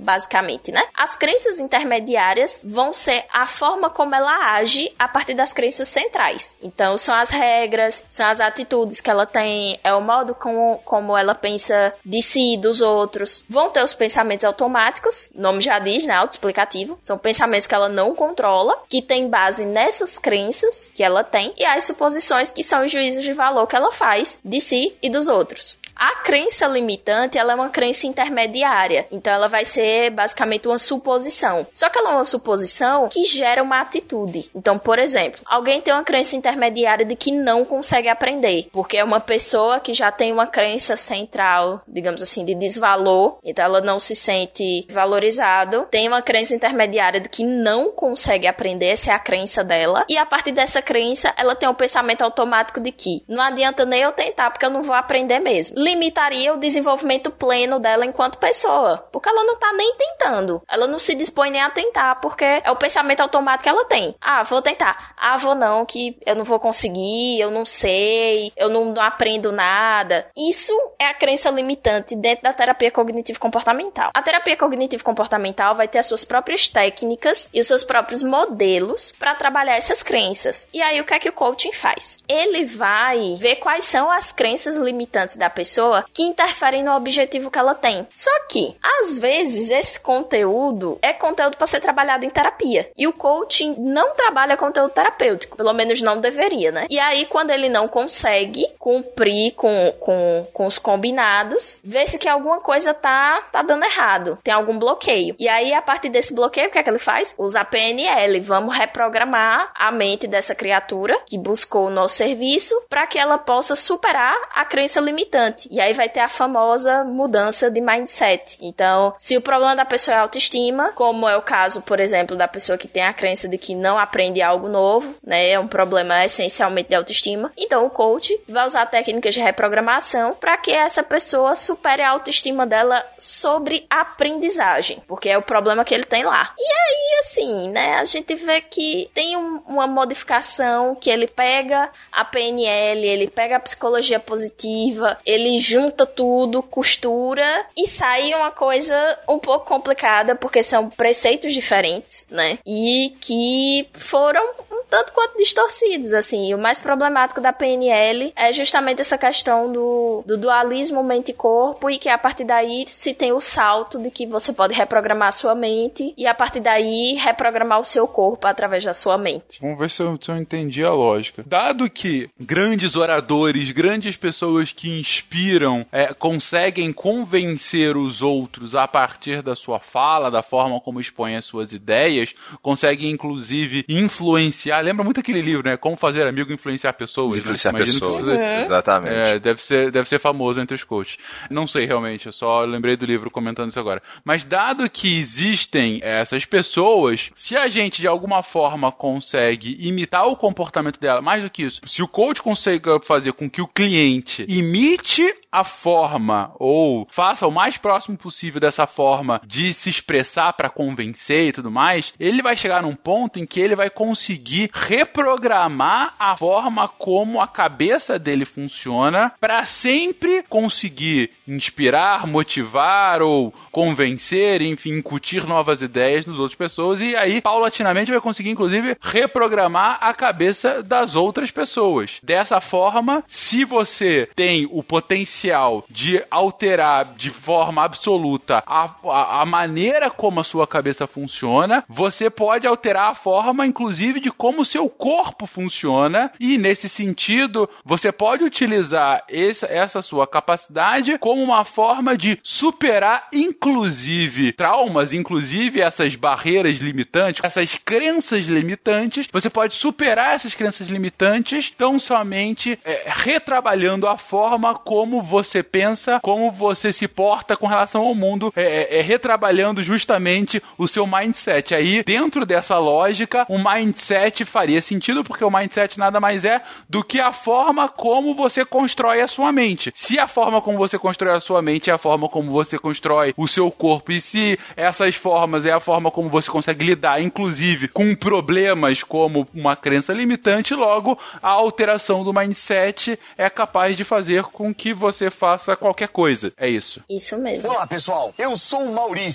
basicamente, né? As crenças intermediárias vão ser a forma como ela age a partir das crenças centrais. Então, são as regras, são as atitudes que ela tem, é o modo como, como ela pensa de si e dos outros. Vão ter os pensamentos automáticos, o nome já diz, né? Autoexplicativo. São pensamentos que ela não controla, que tem base nessas crenças que ela tem, e as suposições que são os juízos de valor que ela faz de si e dos outros. A crença limitante, ela é uma crença intermediária. Então, ela vai ser basicamente uma suposição. Só que ela é uma suposição que gera uma atitude. Então, por exemplo, alguém tem uma crença intermediária de que não consegue aprender, porque é uma pessoa que já tem uma crença central, digamos assim, de desvalor. Então, ela não se sente valorizado. Tem uma crença intermediária de que não consegue aprender, essa é a crença dela. E a partir dessa crença, ela tem um pensamento automático de que não adianta nem eu tentar, porque eu não vou aprender mesmo. Limitaria o desenvolvimento pleno dela enquanto pessoa, porque ela não tá nem tentando, ela não se dispõe nem a tentar, porque é o pensamento automático que ela tem. Ah, vou tentar. Ah, vou não, que eu não vou conseguir, eu não sei, eu não, não aprendo nada. Isso é a crença limitante dentro da terapia cognitivo-comportamental. A terapia cognitivo-comportamental vai ter as suas próprias técnicas e os seus próprios modelos para trabalhar essas crenças. E aí, o que é que o coaching faz? Ele vai ver quais são as crenças limitantes da pessoa que interferem no objetivo que ela tem. Só que, às vezes, esse conteúdo é conteúdo para ser trabalhado em terapia. E o coaching não trabalha conteúdo terapêutico. Pelo menos não deveria, né? E aí, quando ele não consegue cumprir com, com, com os combinados, vê-se que alguma coisa tá, tá dando errado. Tem algum bloqueio. E aí, a partir desse bloqueio, o que é que ele faz? Usa a P N L. Vamos reprogramar a mente dessa criatura que buscou o nosso serviço para que ela possa superar a crença limitante. E aí vai ter a famosa mudança de mindset. Então, se o problema da pessoa é a autoestima, como é o caso, por exemplo, da pessoa que tem a crença de que não aprende algo novo, né? É um problema essencialmente de autoestima. Então, o coach vai usar técnicas de reprogramação para que essa pessoa supere a autoestima dela sobre a aprendizagem, porque é o problema que ele tem lá. E aí, assim, né? A gente vê que tem um, uma modificação que ele pega a P N L, ele pega a psicologia positiva, ele junta tudo, costura e sai uma coisa um pouco complicada, porque são preceitos diferentes, né? E que foram um tanto quanto distorcidos, assim. E o mais problemático da P N L é justamente essa questão do, do dualismo mente-corpo, e que a partir daí se tem o salto de que você pode reprogramar a sua mente e a partir daí reprogramar o seu corpo através da sua mente. Vamos ver se eu, se eu entendi a lógica. Dado que grandes oradores, grandes pessoas que inspiram, é, conseguem convencer os outros a partir da sua fala, da forma como expõem as suas ideias, conseguem inclusive influenciar. Lembra muito aquele livro, né? Como fazer amigo influenciar pessoas. Influenciar né? pessoas, Uhum. exatamente. É, deve ser, deve ser famoso entre os coaches. Não sei realmente, eu só lembrei do livro comentando isso agora. Mas dado que existem essas pessoas, se a gente de alguma forma consegue imitar o comportamento dela, mais do que isso, se o coach consegue fazer com que o cliente imite a forma ou faça o mais próximo possível dessa forma de se expressar para convencer e tudo mais, ele vai chegar num ponto em que ele vai conseguir reprogramar a forma como a cabeça dele funciona para sempre conseguir inspirar, motivar ou convencer, enfim, incutir novas ideias nas outras pessoas, e aí, paulatinamente, vai conseguir, inclusive, reprogramar a cabeça das outras pessoas. Dessa forma, se você tem o potencial de alterar de forma absoluta a, a, a maneira como a sua cabeça funciona, você pode alterar a forma, inclusive, de como o seu corpo funciona, e nesse sentido, você pode utilizar esse, essa sua capacidade como uma forma de superar, inclusive, traumas, inclusive essas barreiras limitantes, essas crenças limitantes. Você pode superar essas crenças limitantes tão somente é, retrabalhando a forma como você pensa, como você se porta com relação ao mundo, é, é, retrabalhando justamente o seu mindset. Aí, dentro dessa lógica, o mindset faria sentido, porque o mindset nada mais é do que a forma como você constrói a sua mente. Se a forma como você constrói a sua mente é a forma como você constrói o seu corpo, e se essas formas é a forma como você consegue lidar, inclusive, com problemas como uma crença limitante, logo, a alteração do mindset é capaz de fazer com que você faça qualquer coisa. É isso. Isso mesmo. Olá, pessoal. Eu sou o Maurício.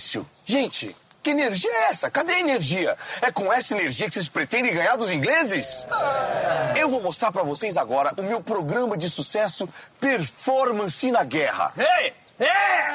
Gente, que energia é essa? Cadê a energia? É com essa energia que vocês pretendem ganhar dos ingleses? Eu vou mostrar pra vocês agora o meu programa de sucesso Performance na Guerra. Ei! Ei!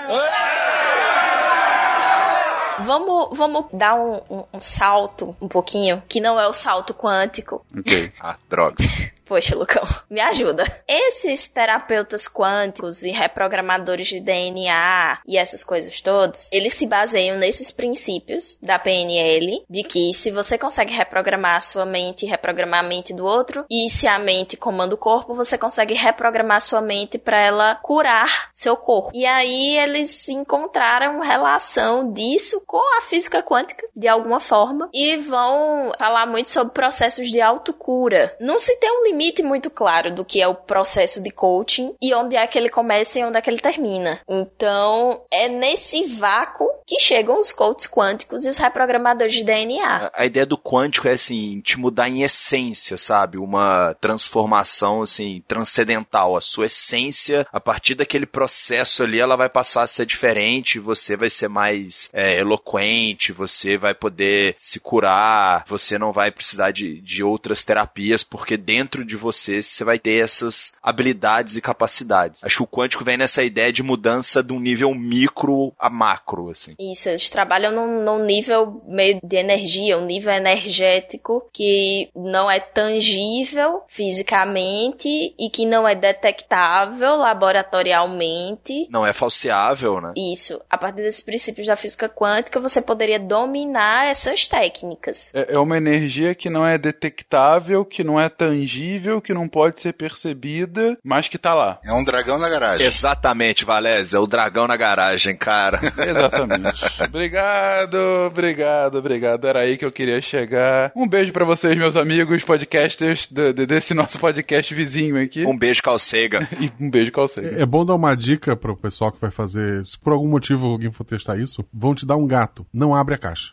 Vamos, vamos dar um, um, um salto um pouquinho, que não é o salto quântico. Ok. Ah, droga. Poxa, Lucão, me ajuda. Esses terapeutas quânticos e reprogramadores de D N A e essas coisas todas, eles se baseiam nesses princípios da P N L, de que se você consegue reprogramar a sua mente e reprogramar a mente do outro, e se a mente comanda o corpo, você consegue reprogramar a sua mente para ela curar seu corpo. E aí eles encontraram relação disso com a física quântica, de alguma forma, e vão falar muito sobre processos de autocura. Não se tem um limite muito claro do que é o processo de coaching e onde é que ele começa e onde é que ele termina. Então, é nesse vácuo que chegam os coaches quânticos e os reprogramadores de D N A. A ideia do quântico é, assim, te mudar em essência, sabe? Uma transformação, assim, transcendental. A sua essência, a partir daquele processo ali, ela vai passar a ser diferente, você vai ser mais é, eloquente, você vai poder se curar, você não vai precisar de, de outras terapias, porque dentro de você, você vai ter essas habilidades e capacidades. Acho que o quântico vem nessa ideia de mudança de um nível micro a macro, assim. Isso, eles trabalham num, num nível meio de energia, um nível energético que não é tangível fisicamente e que não é detectável laboratorialmente. Não é falseável, né? Isso. A partir desses princípios da física quântica, você poderia dominar essas técnicas. É, é uma energia que não é detectável, que não é tangível, que não pode ser percebida, mas que tá lá. É um dragão na garagem. Exatamente, Valézia, é o dragão na garagem, cara. Exatamente. Obrigado, obrigado, obrigado. Era aí que eu queria chegar. Um beijo pra vocês, meus amigos podcasters de, de, desse nosso podcast vizinho aqui. Um beijo, Calcega. E um beijo, Calcega. É, é bom dar uma dica pro pessoal que vai fazer, se por algum motivo alguém for testar isso, vão te dar um gato. Não abre a caixa.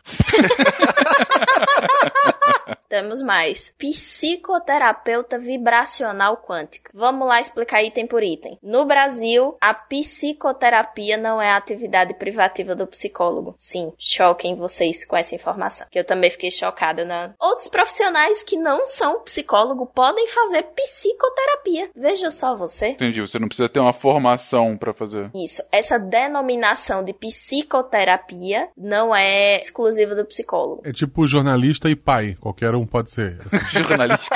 Temos mais. Psicoterapeuta vibracional quântica. Vamos lá explicar item por item. No Brasil, a psicoterapia não é a atividade privativa do psicólogo. Sim, choquem vocês com essa informação, que eu também fiquei chocada. Na... Outros profissionais que não são psicólogo podem fazer psicoterapia. Veja só você. Entendi, você não precisa ter uma formação pra fazer. Isso. Essa denominação de psicoterapia não é exclusiva do psicólogo. É tipo jornalista e pai. Qualquer um pode ser. Jornalista.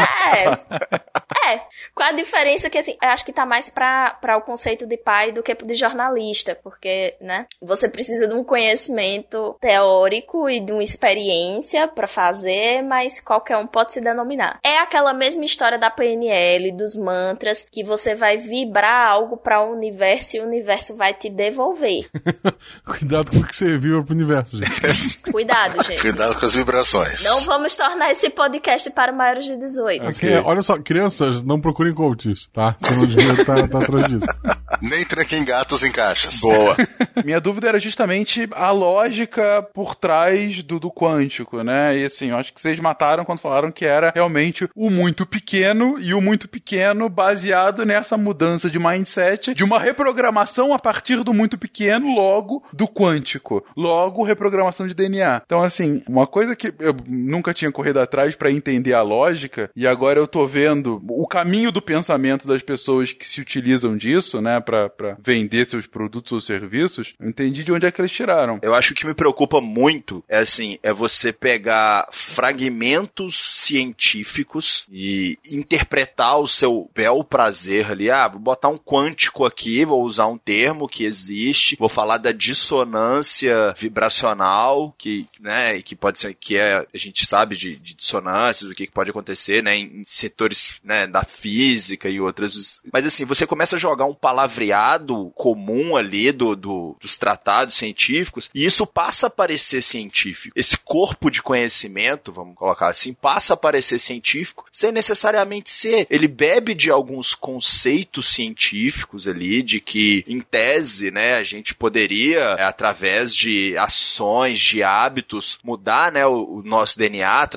É. É. Qual a diferença que, assim, eu acho que tá mais pra, pra o conceito de pai do que de jornalista, porque, né, você precisa de um conhecimento teórico e de uma experiência pra fazer, mas qualquer um pode se denominar. É aquela mesma história da P N L, dos mantras, que você vai vibrar algo pra o universo e o universo vai te devolver. Cuidado com o que você vibra pro universo, gente. Cuidado, gente. Cuidado com as vibrações. Não vamos tornar esse podcast para maiores de dezoito. Assim, okay. Olha só, crianças, não procurem coaches, tá? Você não devia estar tá, tá atrás disso. Nem tranquem gatos em caixas. Boa. Minha dúvida era justamente a lógica por trás do, do quântico, né? E assim, eu acho que vocês mataram quando falaram que era realmente o muito pequeno, e o muito pequeno baseado nessa mudança de mindset, de uma reprogramação a partir do muito pequeno, logo do quântico, logo reprogramação de D N A. Então assim, uma coisa que eu nunca tinha corrido atrás pra entender a lógica, e agora eu tô vendo o caminho do pensamento das pessoas que se utilizam disso, né, pra, pra vender seus produtos ou serviços, eu entendi de onde é que eles tiraram. Eu acho que o que me preocupa muito é assim, é você pegar fragmentos científicos e interpretar ao seu bel prazer ali, ah, vou botar um quântico aqui, vou usar um termo que existe, vou falar da dissonância vibracional, que, né, que pode ser, que é, a gente sabe de, de dissonâncias, o que pode acontecer, né, em setores, né, da física e outras, mas assim, você começa a jogar um palavreado comum ali do, do, dos tratados científicos, e isso passa a parecer científico. Esse corpo de conhecimento, vamos colocar assim, passa a parecer científico sem necessariamente ser. Ele bebe de alguns conceitos científicos ali, de que, em tese, né, a gente poderia, através de ações, de hábitos, mudar, né, o, o nosso D N A através da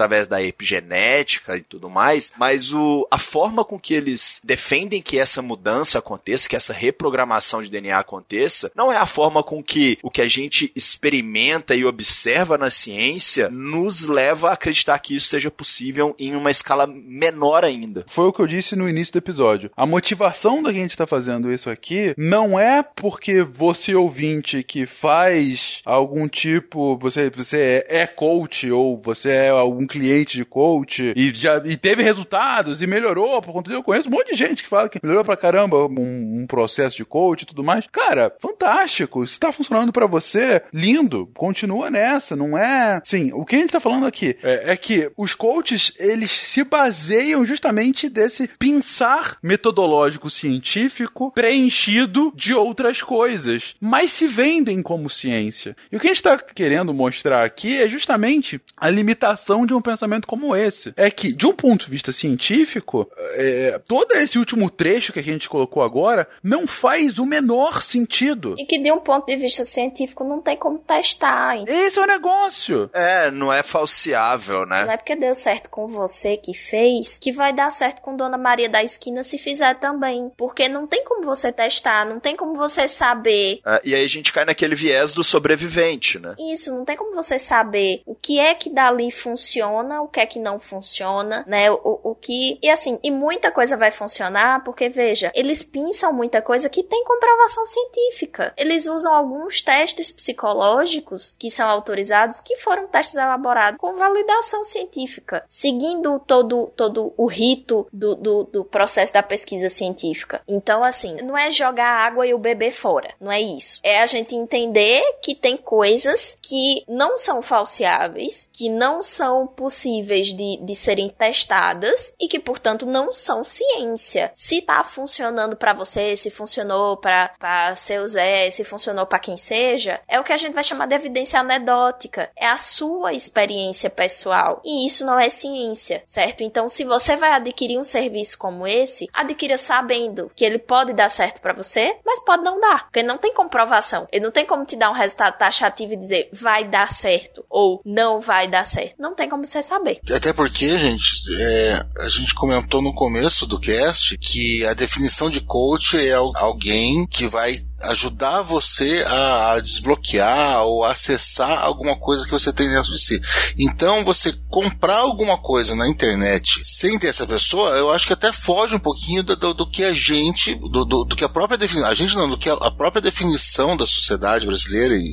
epigenética e tudo mais, mas o, a forma com que eles defendem que essa mudança aconteça, que essa reprogramação de D N A aconteça, não é a forma com que o que a gente experimenta e observa na ciência nos leva a acreditar que isso seja possível em uma escala menor ainda. Foi o que eu disse no início do episódio. A motivação da gente estar tá fazendo isso aqui não é porque você, ouvinte, que faz algum tipo, você, você é coach ou você é algum cliente de coach e, já, e teve resultados e melhorou por conta disso. Eu conheço um monte de gente que fala que melhorou pra caramba um, um processo de coach e tudo mais. Cara, fantástico. Se tá funcionando pra você, lindo. Continua nessa. Não é... Sim, o que a gente tá falando aqui é, é que os coaches, eles se baseiam justamente desse pensar metodológico científico preenchido de outras coisas, mas se vendem como ciência. E o que a gente tá querendo mostrar aqui é justamente a limitação de um pensamento como esse. É que, de um ponto de vista científico, é, todo esse último trecho que a gente colocou agora não faz o menor sentido. E que, de um ponto de vista científico, não tem como testar. Hein? Esse é o negócio. É, não é falseável, né? Não é porque deu certo com você que fez, que vai dar certo com Dona Maria da esquina se fizer também. Porque não tem como você testar, não tem como você saber. É, e aí a gente cai naquele viés do sobrevivente, né? Isso, não tem como você saber o que é que dali funciona, o que é que não funciona, né? O, o que... E assim, e muita coisa vai funcionar porque, veja, eles pensam muita coisa que tem comprovação científica. Eles usam alguns testes psicológicos que são autorizados, que foram testes elaborados com validação científica, seguindo todo, todo o rito do, do, do processo da pesquisa científica. Então, assim, não é jogar água e o bebê fora, não é isso. É a gente entender que tem coisas que não são falseáveis, que não são possíveis de, de serem testadas e que, portanto, não são ciência. Se tá funcionando pra você, se funcionou pra, pra seu Zé, se funcionou pra quem seja, é o que a gente vai chamar de evidência anedótica. É a sua experiência pessoal. E isso não é ciência, certo? Então, se você vai adquirir um serviço como esse, adquira sabendo que ele pode dar certo pra você, mas pode não dar, porque não tem comprovação. Ele não tem como te dar um resultado taxativo e dizer vai dar certo ou não vai dar certo. Não tem como você saber. Até porque, gente, é, a gente comentou no começo do cast que a definição de coach é alguém que vai ajudar você a, a desbloquear ou acessar alguma coisa que você tem dentro de si. Então, você comprar alguma coisa na internet sem ter essa pessoa, eu acho que até foge um pouquinho do, do, do que a gente, do, do, do que a própria definição, a gente não, do que a, a própria definição da sociedade brasileira e,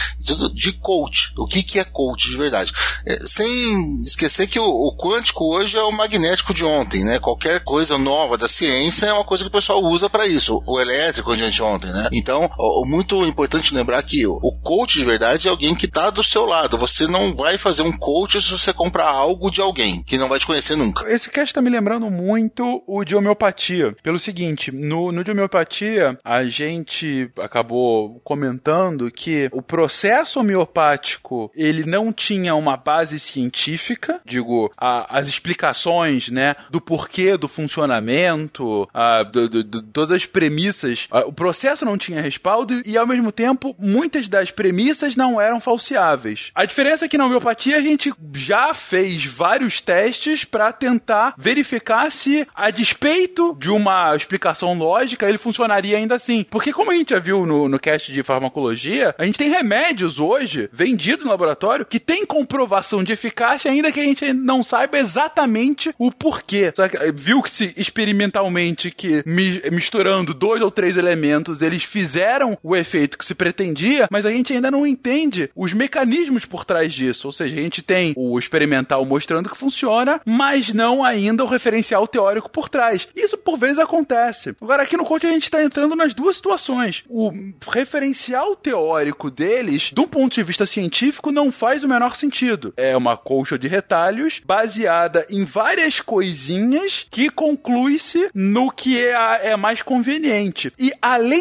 e de coach. O que, que é coach de verdade? É, sem esquecer que o, o quântico hoje é o magnético de ontem, né? Qualquer coisa nova da ciência é uma coisa que o pessoal usa para isso. O, o elétrico de anteontem, né? Então, o, muito importante lembrar que o, o coach de verdade é alguém que tá do seu lado. Você não vai fazer um coach se você comprar algo de alguém que não vai te conhecer nunca. Esse cast tá me lembrando muito o de homeopatia. Pelo seguinte, no, no de homeopatia, a gente acabou comentando que o processo homeopático, ele não tinha uma base científica, digo, a, as explicações, né, do porquê do funcionamento, a, do, do, do, todas as premissas. A, o processo não tinha respaldo e, ao mesmo tempo, muitas das premissas não eram falseáveis. A diferença é que na homeopatia a gente já fez vários testes para tentar verificar se, a despeito de uma explicação lógica, ele funcionaria ainda assim. Porque, como a gente já viu no, no cast de farmacologia, a gente tem remédios hoje vendidos no laboratório que tem comprovação de eficácia, ainda que a gente não saiba exatamente o porquê. Só que, viu que se experimentalmente que mi- misturando dois ou três elementos eles fizeram o efeito que se pretendia, mas a gente ainda não entende os mecanismos por trás disso. Ou seja, a gente tem o experimental mostrando que funciona, mas não ainda o referencial teórico por trás. Isso por vezes acontece. Agora aqui no coach a gente está entrando nas duas situações. O referencial teórico deles, do ponto de vista científico, não faz o menor sentido. É uma colcha de retalhos baseada em várias coisinhas que conclui-se no que é, a, é mais conveniente. E além disso,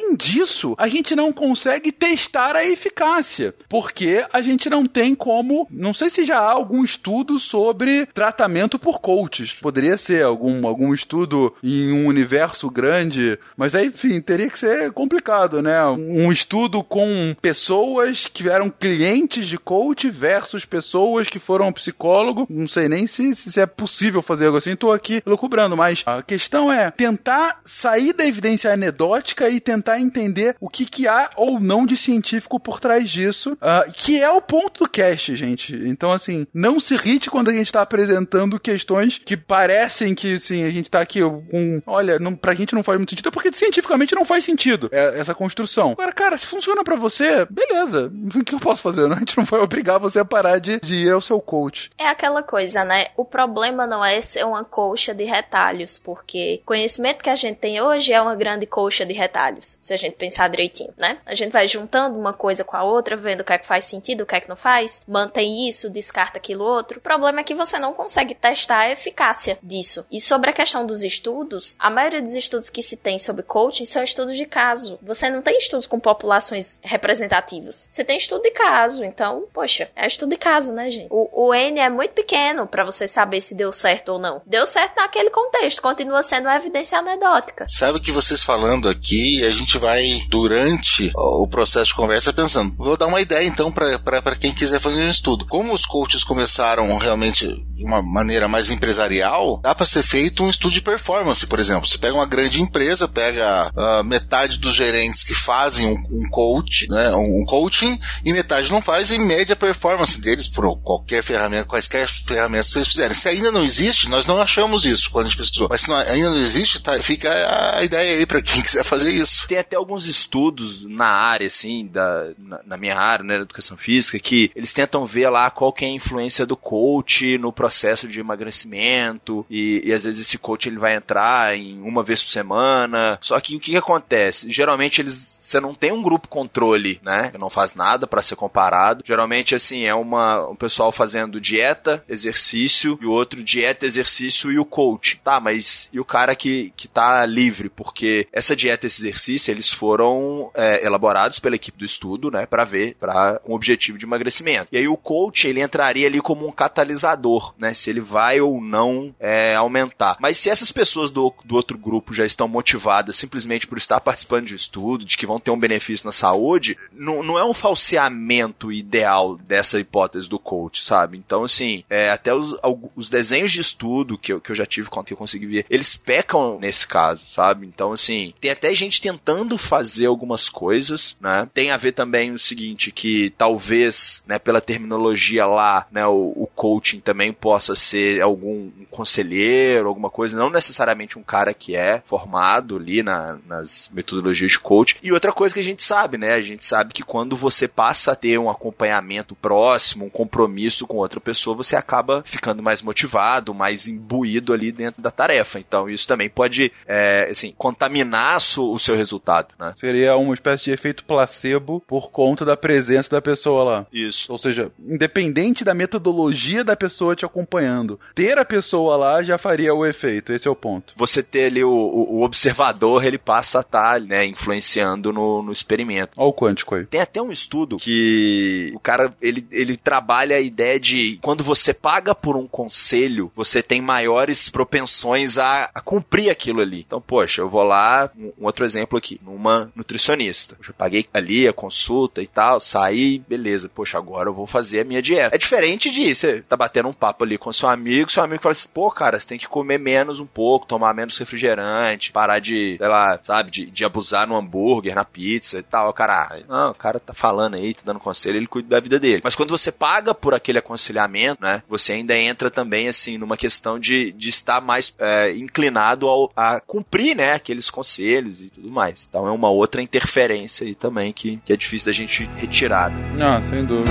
isso, a gente não consegue testar a eficácia, porque a gente não tem como, não sei se já há algum estudo sobre tratamento por coaches, poderia ser algum, algum estudo em um universo grande, mas aí, enfim, teria que ser complicado, né? Um estudo com pessoas que eram clientes de coach versus pessoas que foram ao psicólogo, não sei nem se, se é possível fazer algo assim, tô aqui lucubrando, mas a questão é tentar sair da evidência anedótica e tentar entender o que, que há ou não de científico por trás disso, uh, que é o ponto do cast, gente. Então, assim, não se irrite quando a gente tá apresentando questões que parecem que, assim, a gente tá aqui com... Olha, não, pra gente não faz muito sentido, porque cientificamente não faz sentido é, essa construção. Agora, cara, se funciona pra você, beleza. O que eu posso fazer? A gente não vai obrigar você a parar de, de ir ao seu coach. É aquela coisa, né? O problema não é ser uma colcha de retalhos, porque o conhecimento que a gente tem hoje é uma grande colcha de retalhos, se a gente pensar direitinho, né? A gente vai juntando uma coisa com a outra, vendo o que é que faz sentido, o que é que não faz, mantém isso, descarta aquilo outro. O problema é que você não consegue testar a eficácia disso. E sobre a questão dos estudos, a maioria dos estudos que se tem sobre coaching são estudos de caso. Você não tem estudos com populações representativas. Você tem estudo de caso, então, poxa, é estudo de caso, né, gente? O, o N é muito pequeno pra você saber se deu certo ou não. Deu certo naquele contexto, continua sendo uma evidência anedótica. Sabe que vocês falando aqui, a gente vai, durante o processo de conversa, pensando, vou dar uma ideia então para quem quiser fazer um estudo. Como os coaches começaram realmente de uma maneira mais empresarial, dá para ser feito um estudo de performance, por exemplo. Você pega uma grande empresa, pega uh, metade dos gerentes que fazem um, um coach, né, um, um coaching, e metade não faz, e mede a performance deles por qualquer ferramenta, quaisquer ferramentas que eles fizerem. Se ainda não existe, nós não achamos isso quando a gente pesquisou. Mas se não, ainda não existe, tá, fica a, a ideia aí para quem quiser fazer isso. Tem até alguns estudos na área, assim, da, na, na minha área, né, da educação física, que eles tentam ver lá qual que é a influência do coach no processo de emagrecimento, e, e às vezes esse coach ele vai entrar em uma vez por semana. Só que o que, que acontece? Geralmente eles, você não tem um grupo controle, né? Não faz nada para ser comparado. Geralmente, assim, é uma, um pessoal fazendo dieta, exercício, e o outro dieta, exercício e o coach. Tá, mas e o cara que, que tá livre? Porque essa dieta e esse exercício, eles foram é, elaborados pela equipe do estudo, né? Pra ver, pra um objetivo de emagrecimento. E aí o coach, ele entraria ali como um catalisador, né? Se ele vai ou não é, aumentar. Mas se essas pessoas do, do outro grupo já estão motivadas simplesmente por estar participando de um estudo, de que vão ter um benefício na saúde, não, não é um falseamento ideal dessa hipótese do coach, sabe? Então, assim, é, até os, os desenhos de estudo que eu, que eu já tive, que eu consegui ver, eles pecam nesse caso, sabe? Então, assim, tem até gente tentando fazer algumas coisas, né? Tem a ver também o seguinte, que talvez, né, pela terminologia lá, né, o, o coaching também possa ser algum um conselheiro, alguma coisa, não necessariamente um cara que é formado ali na, nas metodologias de coaching. E outra coisa que a gente sabe, né? A gente sabe que quando você passa a ter um acompanhamento próximo, um compromisso com outra pessoa, você acaba ficando mais motivado, mais imbuído ali dentro da tarefa. Então isso também pode, é, assim, contaminar o seu resultado, né? Seria uma espécie de efeito placebo por conta da presença da pessoa lá. Isso. Ou seja, independente da metodologia da pessoa te acompanhando, ter a pessoa lá já faria o efeito. Esse é o ponto. Você ter ali o, o, o observador, ele passa a estar, né, influenciando no, no experimento. Olha o quântico aí. Tem até um estudo que o cara, ele, ele trabalha a ideia de quando você paga por um conselho, você tem maiores propensões a, a cumprir aquilo ali. Então, poxa, eu vou lá, um, um outro exemplo aqui, numa nutricionista. Eu já paguei ali a consulta e tal, saí, beleza. Poxa, agora eu vou fazer a minha dieta. É diferente de você tá batendo um papo ali com seu amigo, seu amigo fala assim, pô, cara, você tem que comer menos um pouco, tomar menos refrigerante, parar de, sei lá, sabe, de, de abusar no hambúrguer, na pizza e tal. O cara, ah, não, o cara tá falando aí, tá dando conselho, ele cuida da vida dele. Mas quando você paga por aquele aconselhamento, né, você ainda entra também, assim, numa questão de, de estar mais é, inclinado ao, a cumprir, né, aqueles conselhos e tudo mais. Então é uma outra interferência aí também que, que é difícil da gente retirar. Né? Não, sem dúvida.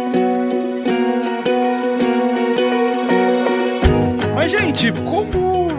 Mas, gente, como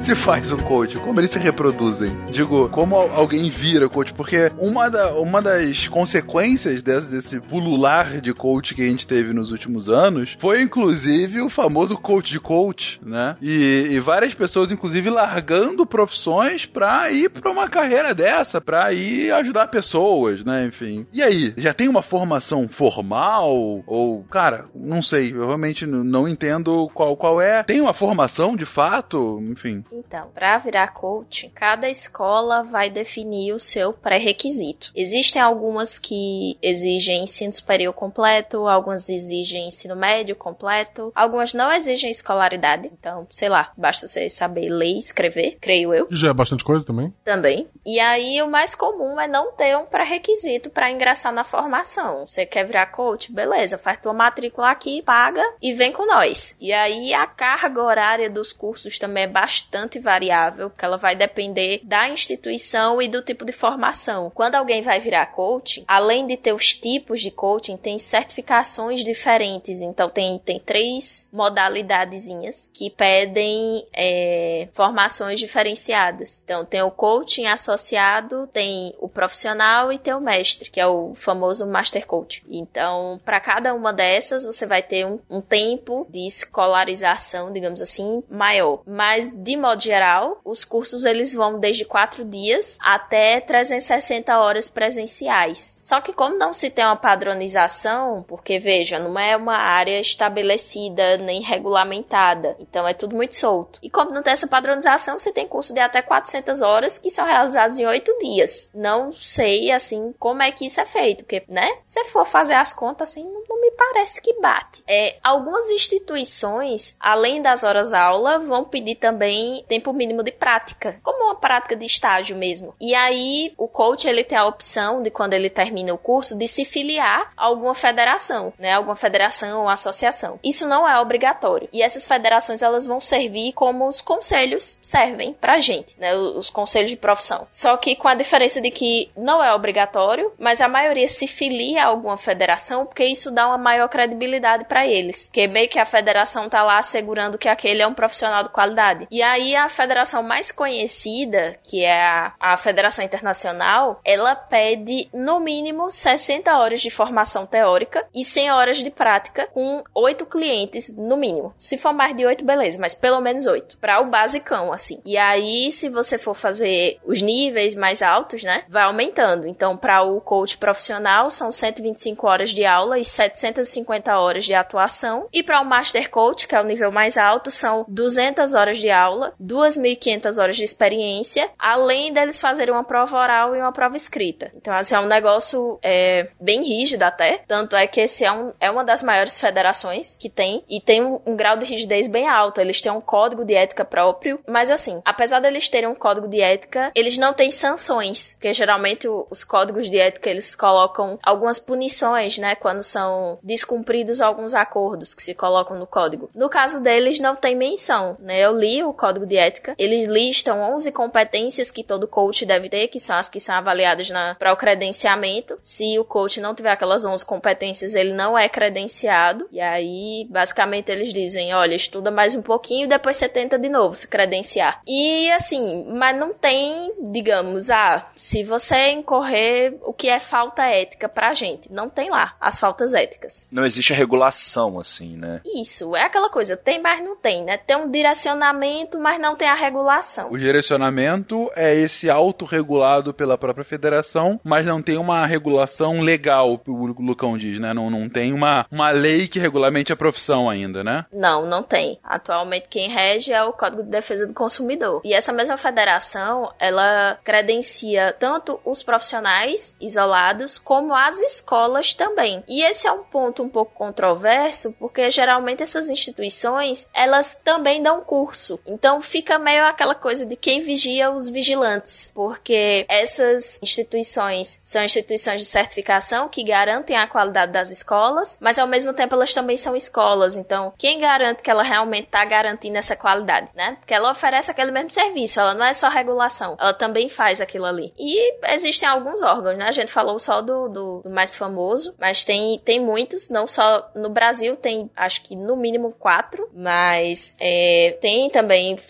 se faz um coach? Como eles se reproduzem? Digo, como alguém vira coach? Porque uma, da, uma das consequências desse, desse pulular de coach que a gente teve nos últimos anos foi, inclusive, o famoso coach de coach, né? E, e várias pessoas, inclusive, largando profissões pra ir pra uma carreira dessa, pra ir ajudar pessoas, né? Enfim. E aí? Já tem uma formação formal? Ou, cara, não sei. Eu realmente não entendo qual, qual é. Tem uma formação, de fato? Enfim. Então, pra virar coach, cada escola vai definir o seu pré-requisito. Existem algumas que exigem ensino superior completo, algumas exigem ensino médio completo, algumas não exigem escolaridade. Então, sei lá, basta você saber ler e escrever, creio eu. E já é bastante coisa também? Também. E aí, o mais comum é não ter um pré-requisito pra ingressar na formação. Você quer virar coach? Beleza, faz tua matrícula aqui, paga e vem com nós. E aí, a carga horária dos cursos também é bastante variável, porque ela vai depender da instituição e do tipo de formação. Quando alguém vai virar coach, além de ter os tipos de coaching, tem certificações diferentes. Então, tem, tem três modalidadezinhas que pedem é, formações diferenciadas. Então, tem o coaching associado, tem o profissional e tem o mestre, que é o famoso Master Coach. Então, para cada uma dessas, você vai ter um, um tempo de escolarização, digamos assim, maior. Mas, de modo geral, os cursos eles vão desde quatro dias até trezentas e sessenta horas presenciais. Só que como não se tem uma padronização, porque, veja, não é uma área estabelecida nem regulamentada, então é tudo muito solto. E como não tem essa padronização, você tem curso de até quatrocentas horas que são realizados em oito dias. Não sei, assim, como é que isso é feito, porque, né, se for fazer as contas, assim, não, não me parece que bate. É, algumas instituições, além das horas-aula, vão pedir também tempo mínimo de prática, como uma prática de estágio mesmo. E aí, o coach, ele tem a opção de, quando ele termina o curso, de se filiar a alguma federação, né, alguma federação ou associação. Isso não é obrigatório. E essas federações, elas vão servir como os conselhos servem pra gente, né, os conselhos de profissão. Só que com a diferença de que não é obrigatório, mas a maioria se filia a alguma federação, porque isso dá uma maior credibilidade pra eles. Porque meio que a federação tá lá assegurando que aquele é um profissional de qualidade. E aí a federação mais conhecida, que é a, a Federação Internacional, ela pede no mínimo sessenta horas de formação teórica e cem horas de prática com oito clientes no mínimo. Se for mais de oito, beleza, mas pelo menos oito. Pra o basicão, assim. E aí, se você for fazer os níveis mais altos, né, vai aumentando. Então, para o coach profissional, são cento e vinte e cinco horas de aula e setecentas e cinquenta horas de atuação. E para o Master Coach, que é o nível mais alto, são duzentas horas de aula, duas mil e quinhentas horas de experiência, além deles fazerem uma prova oral e uma prova escrita. Então, assim, é um negócio é, bem rígido até. Tanto é que esse é, um, é uma das maiores federações que tem, e tem um, um grau de rigidez bem alto. Eles têm um código de ética próprio, mas assim, apesar deles terem um código de ética, eles não têm sanções, porque geralmente o, os códigos de ética, eles colocam algumas punições, né, quando são descumpridos alguns acordos que se colocam no código. No caso deles, não tem menção, né, eu li o código de ética, eles listam onze competências que todo coach deve ter, que são as que são avaliadas para o credenciamento. Se o coach não tiver aquelas onze competências, ele não é credenciado, e aí, basicamente, eles dizem, olha, estuda mais um pouquinho e depois você tenta de novo se credenciar. E, assim, mas não tem, digamos, ah, se você incorrer, o que é falta ética pra gente? Não tem lá as faltas éticas. Não existe a regulação, assim, né? Isso, é aquela coisa, tem, mas não tem, né? Tem um direcionamento, mas não tem a regulação. O direcionamento é esse autorregulado pela própria federação, mas não tem uma regulação legal, o Lucão diz, né? Não, não tem uma, uma lei que regulamente a profissão ainda, né? Não, não tem. Atualmente quem rege é o Código de Defesa do Consumidor. E essa mesma federação, ela credencia tanto os profissionais isolados como as escolas também. E esse é um ponto um pouco controverso, porque geralmente essas instituições, elas também dão curso. Então fica meio aquela coisa de quem vigia os vigilantes, porque essas instituições são instituições de certificação que garantem a qualidade das escolas, mas ao mesmo tempo elas também são escolas. Então, quem garante que ela realmente está garantindo essa qualidade, né? Porque ela oferece aquele mesmo serviço, ela não é só regulação, ela também faz aquilo ali. E existem alguns órgãos, né? A gente falou só do, do, do mais famoso, mas tem, tem muitos, não só no Brasil, tem acho que no mínimo quatro, mas é, tem também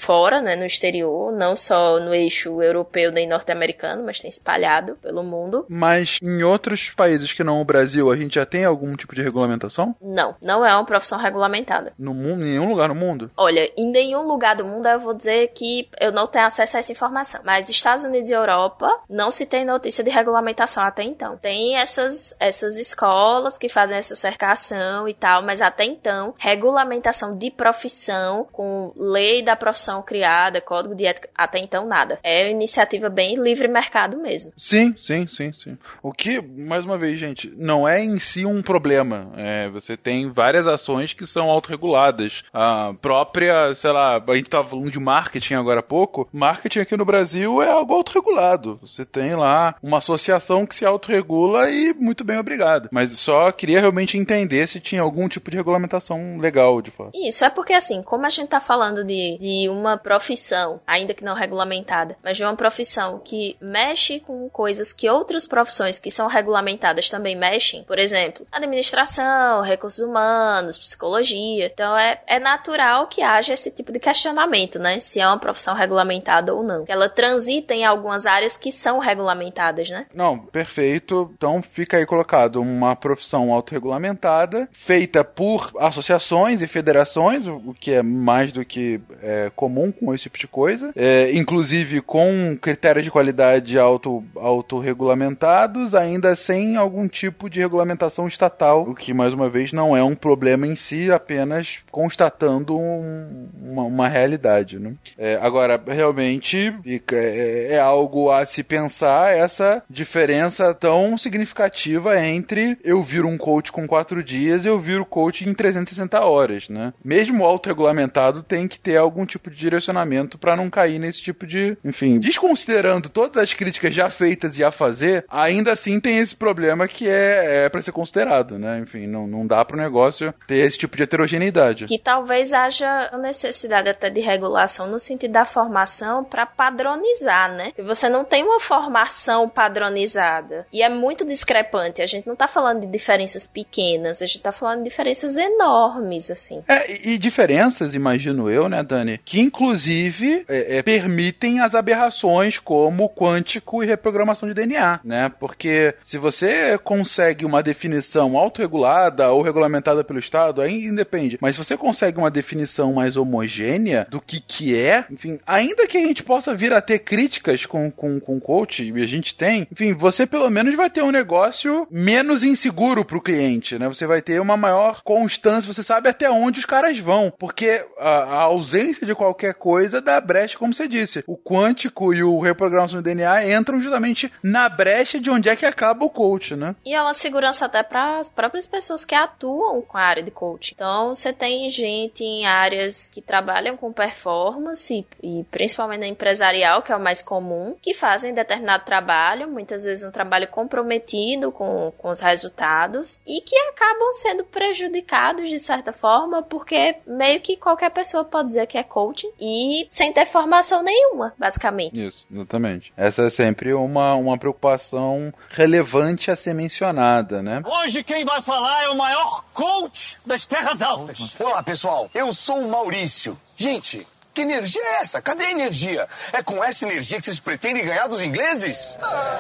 fora, né, no exterior, não só no eixo europeu nem norte-americano, mas tem espalhado pelo mundo. Mas em outros países que não o Brasil, a gente já tem algum tipo de regulamentação? Não, não é uma profissão regulamentada. No mundo, em nenhum lugar no mundo? Olha, em nenhum lugar do mundo eu vou dizer que eu não tenho acesso a essa informação. Mas Estados Unidos e Europa não se tem notícia de regulamentação até então. Tem essas, essas escolas que fazem essa cercação e tal, mas até então, regulamentação de profissão, com lei da profissão criada, código de ética, até então nada. É uma iniciativa bem livre mercado mesmo. Sim, sim, sim, sim. O que, mais uma vez, gente, não é em si um problema. É, você tem várias ações que são autorreguladas. A própria, sei lá, a gente tava falando de marketing agora há pouco. Marketing aqui no Brasil é algo autorregulado. Você tem lá uma associação que se autorregula e muito bem, obrigado. Mas só queria realmente entender se tinha algum tipo de regulamentação legal, de fato. Isso, é porque assim, como a gente tá falando de, de uma profissão, ainda que não regulamentada, mas de uma profissão que mexe com coisas que outras profissões que são regulamentadas também mexem, por exemplo, administração, recursos humanos, psicologia. Então é, é natural que haja esse tipo de questionamento, né? Se é uma profissão regulamentada ou não. Que ela transita em algumas áreas que são regulamentadas, né? Não, perfeito. Então fica aí colocado uma profissão autorregulamentada, feita por associações e federações, o que é mais do que é, comum com esse tipo de coisa, é, inclusive com critérios de qualidade auto, autorregulamentados, ainda sem algum tipo de regulamentação estatal, o que, mais uma vez, não é um problema em si, apenas constatando um, uma, uma realidade, né? É, agora, realmente, é, é algo a se pensar essa diferença tão significativa entre eu vir um coach com quatro dias e eu vir o coach em trezentas e sessenta horas, né? Mesmo o autorregulamentado tem que ter algum tipo de direcionamento para não cair nesse tipo de... Enfim, desconsiderando todas as críticas já feitas e a fazer, ainda assim tem esse problema que é, é para ser considerado, né? Enfim, não, não dá pro negócio ter esse tipo de heterogeneidade. Que talvez haja necessidade até de regulação no sentido da formação para padronizar, né? Porque você não tem uma formação padronizada. E é muito discrepante. A gente não tá falando de diferenças pequenas, a gente tá falando de diferenças enormes, assim. É, e, e diferenças, imagino eu, né, Dani, que inclusive é, é, permitem as aberrações como quântico e reprogramação de D N A, né? Porque se você consegue uma definição autorregulada ou regulamentada pelo Estado, aí independe. Mas se você consegue uma definição mais homogênea do que que é, enfim, ainda que a gente possa vir a ter críticas com, com, com o coach, e a gente tem, enfim, você pelo menos vai ter um negócio menos inseguro pro cliente, né? Você vai ter uma maior constância, você sabe até onde os caras vão, porque a, a ausência de qualquer coisa dá brecha, como você disse. O quântico e o reprogramação do D N A entram justamente na brecha de onde é que acaba o coach, né? E é uma segurança até para as próprias pessoas que atuam com a área de coach. Então, você tem gente em áreas que trabalham com performance e, e principalmente na empresarial, que é o mais comum, que fazem determinado trabalho, muitas vezes um trabalho comprometido com, com os resultados e que acabam sendo prejudicados de certa forma, porque meio que qualquer pessoa pode dizer que é coaching e sem ter formação nenhuma, basicamente. Isso, exatamente. Essa é sempre uma, uma preocupação relevante a ser mencionada, né? Hoje quem vai falar é o maior coach das terras altas. Olá, pessoal. Eu sou o Maurício. Gente, que energia é essa? Cadê a energia? É com essa energia que vocês pretendem ganhar dos ingleses?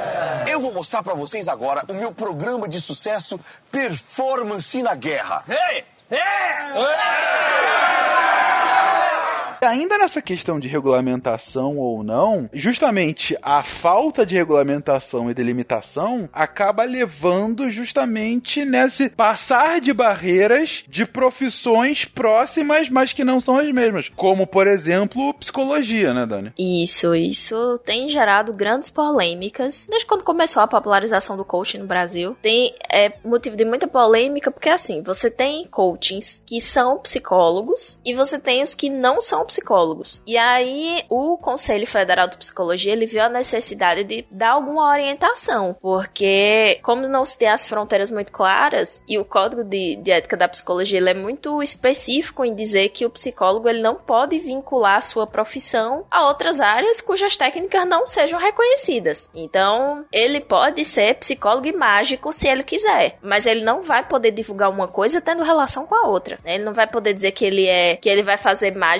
Eu vou mostrar pra vocês agora o meu programa de sucesso Performance na Guerra. Ei! Ei! Ainda nessa questão de regulamentação ou não, justamente a falta de regulamentação e delimitação acaba levando justamente nesse passar de barreiras de profissões próximas, mas que não são as mesmas. Como, por exemplo, psicologia, né, Dani? Isso, isso tem gerado grandes polêmicas. Desde quando começou a popularização do coaching no Brasil, tem é, motivo de muita polêmica, porque assim, você tem coachings que são psicólogos e você tem os que não são psicólogos. E aí, o Conselho Federal de Psicologia, ele viu a necessidade de dar alguma orientação, porque como não se tem as fronteiras muito claras, e o Código de, de Ética da Psicologia, ele é muito específico em dizer que o psicólogo, ele não pode vincular a sua profissão a outras áreas cujas técnicas não sejam reconhecidas. Então, ele pode ser psicólogo e mágico se ele quiser, mas ele não vai poder divulgar uma coisa tendo relação com a outra, né? Ele não vai poder dizer que ele é, que ele vai fazer mágica nas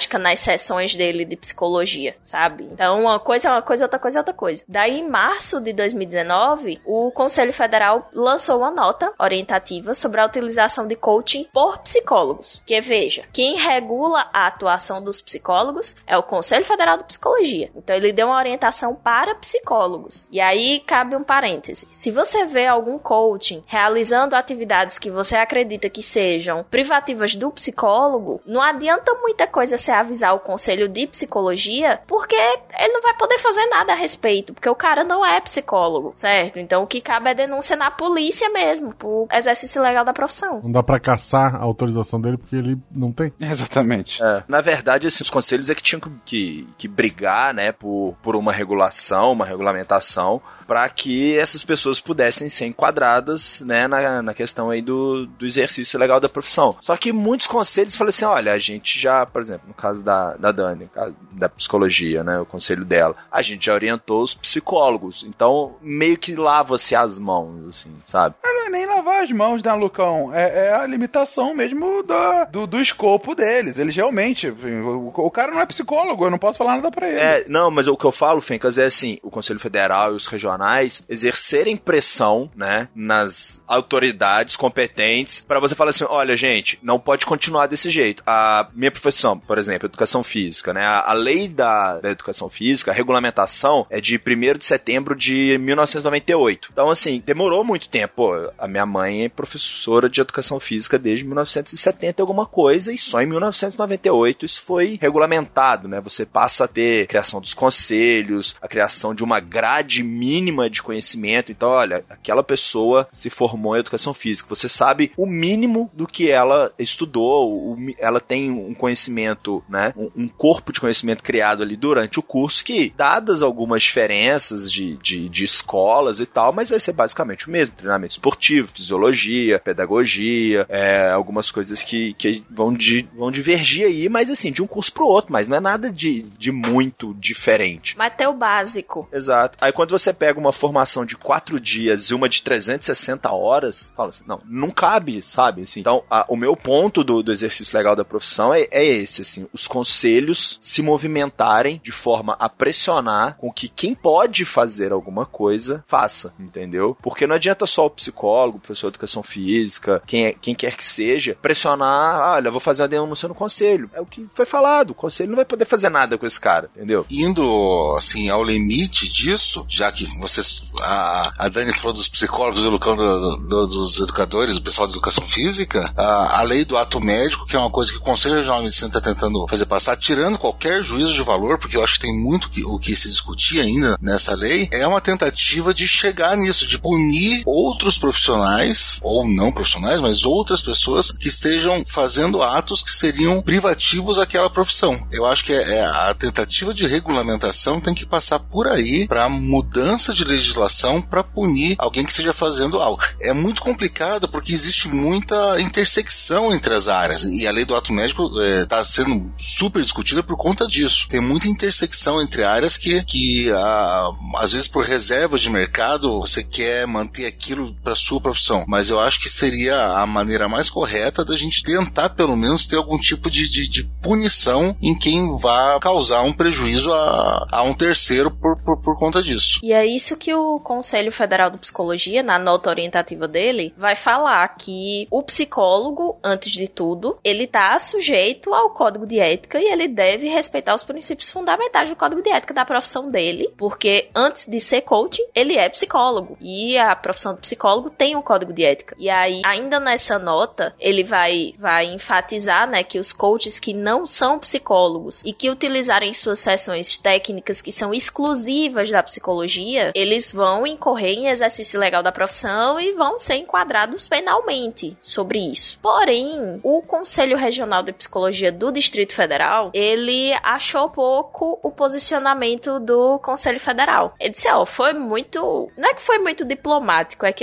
sessões dele de psicologia, sabe? Então, uma coisa é uma coisa, outra coisa é outra coisa. Daí, em março de dois mil e dezenove, o Conselho Federal lançou uma nota orientativa sobre a utilização de coaching por psicólogos. Que, veja, quem regula a atuação dos psicólogos é o Conselho Federal de Psicologia. Então, ele deu uma orientação para psicólogos. E aí, cabe um parêntese. Se você vê algum coaching realizando atividades que você acredita que sejam privativas do psicólogo, não adianta muita coisa você avisar o Conselho de Psicologia, porque ele não vai poder fazer nada a respeito, porque o cara não é psicólogo, certo? Então, o que cabe é denúncia na polícia mesmo, por exercício ilegal da profissão. Não dá pra caçar a autorização dele porque ele não tem. Exatamente. É. Na verdade, assim, os conselhos é que tinham que, que, que brigar, né, por, por uma regulação, uma regulamentação, para que essas pessoas pudessem ser enquadradas, né, na, na questão aí do, do exercício legal da profissão. Só que muitos conselhos falam assim, olha, a gente já, por exemplo, no caso da, da Dani, no caso da psicologia, né, o conselho dela, a gente já orientou os psicólogos, então meio que lava-se as mãos, assim, sabe? Não é nem lavar as mãos, né, Lucão? É, é a limitação mesmo do, do, do escopo deles. Eles realmente, o, o cara não é psicólogo, eu não posso falar nada pra ele. É, não, mas o que eu falo, Fencas, é assim, o Conselho Federal e os regionais exercerem pressão, né, nas autoridades competentes para você falar assim, olha, gente, não pode continuar desse jeito. A minha profissão, por exemplo, educação física, né, a, a lei da, da educação física, a regulamentação é de primeiro de setembro de mil novecentos e noventa e oito. Então, assim, demorou muito tempo. Pô, a minha mãe é professora de educação física desde mil novecentos e setenta e alguma coisa, e só em mil novecentos e noventa e oito isso foi regulamentado, né, você passa a ter criação dos conselhos, a criação de uma grade mínima de conhecimento. Então, olha, aquela pessoa se formou em educação física, você sabe o mínimo do que ela estudou, o, ela tem um conhecimento, né, um, um corpo de conhecimento criado ali durante o curso que, dadas algumas diferenças de, de, de escolas e tal, mas vai ser basicamente o mesmo, treinamento esportivo, fisiologia, pedagogia, é, algumas coisas que, que vão, de, vão divergir aí, mas assim, de um curso pro outro, mas não é nada de, de muito diferente. Mas tem o básico. Exato. Aí quando você pega uma formação de quatro dias e uma de trezentas e sessenta horas, fala assim, não, não cabe, sabe? Assim, então, a, o meu ponto do, do exercício legal da profissão é, é esse, assim, os conselhos se movimentarem de forma a pressionar com que quem pode fazer alguma coisa, faça, entendeu? Porque não adianta só o psicólogo, o professor de educação física, quem, é, quem quer que seja, pressionar, olha, vou fazer uma denúncia no conselho. É o que foi falado, o conselho não vai poder fazer nada com esse cara, entendeu? Indo, assim, ao limite disso, já que vocês, a, a Dani falou dos psicólogos e o Lucão do, do, dos educadores, do pessoal de educação física, a, a lei do ato médico, que é uma coisa que o Conselho Regional de Medicina está tentando fazer passar, tirando qualquer juízo de valor, porque eu acho que tem muito que, o que se discutir ainda nessa lei, é uma tentativa de chegar nisso, de punir outros profissionais, ou não profissionais, mas outras pessoas que estejam fazendo atos que seriam privativos àquela profissão. Eu acho que é, é a tentativa de regulamentação tem que passar por aí para mudança de legislação para punir alguém que esteja fazendo algo. É muito complicado porque existe muita intersecção entre as áreas e a lei do ato médico está é, sendo super discutida por conta disso. Tem muita intersecção entre áreas que, que a, às vezes por reserva de mercado você quer manter aquilo para sua profissão, mas eu acho que seria a maneira mais correta da gente tentar pelo menos ter algum tipo de, de, de punição em quem vá causar um prejuízo a, a um terceiro por, por, por conta disso. E é isso que o Conselho Federal de Psicologia, na nota orientativa dele, vai falar que o psicólogo, antes de tudo, ele tá sujeito ao código de ética e ele deve respeitar os princípios fundamentais do código de ética da profissão dele, porque antes de ser coaching, ele é psicólogo e a profissão de psicólogo tem um código de ética. E aí, ainda nessa nota, ele vai, vai enfatizar, né, que os coaches que não são psicólogos e que utilizarem suas sessões técnicas que são exclusivas da psicologia, eles vão incorrer em exercício ilegal da profissão e vão ser enquadrados penalmente sobre isso. Porém, o Conselho Regional de Psicologia do Distrito Federal, ele achou pouco o posicionamento do Conselho Federal. Ele disse, ó, foi muito... Não é que foi muito diplomático, é que assim,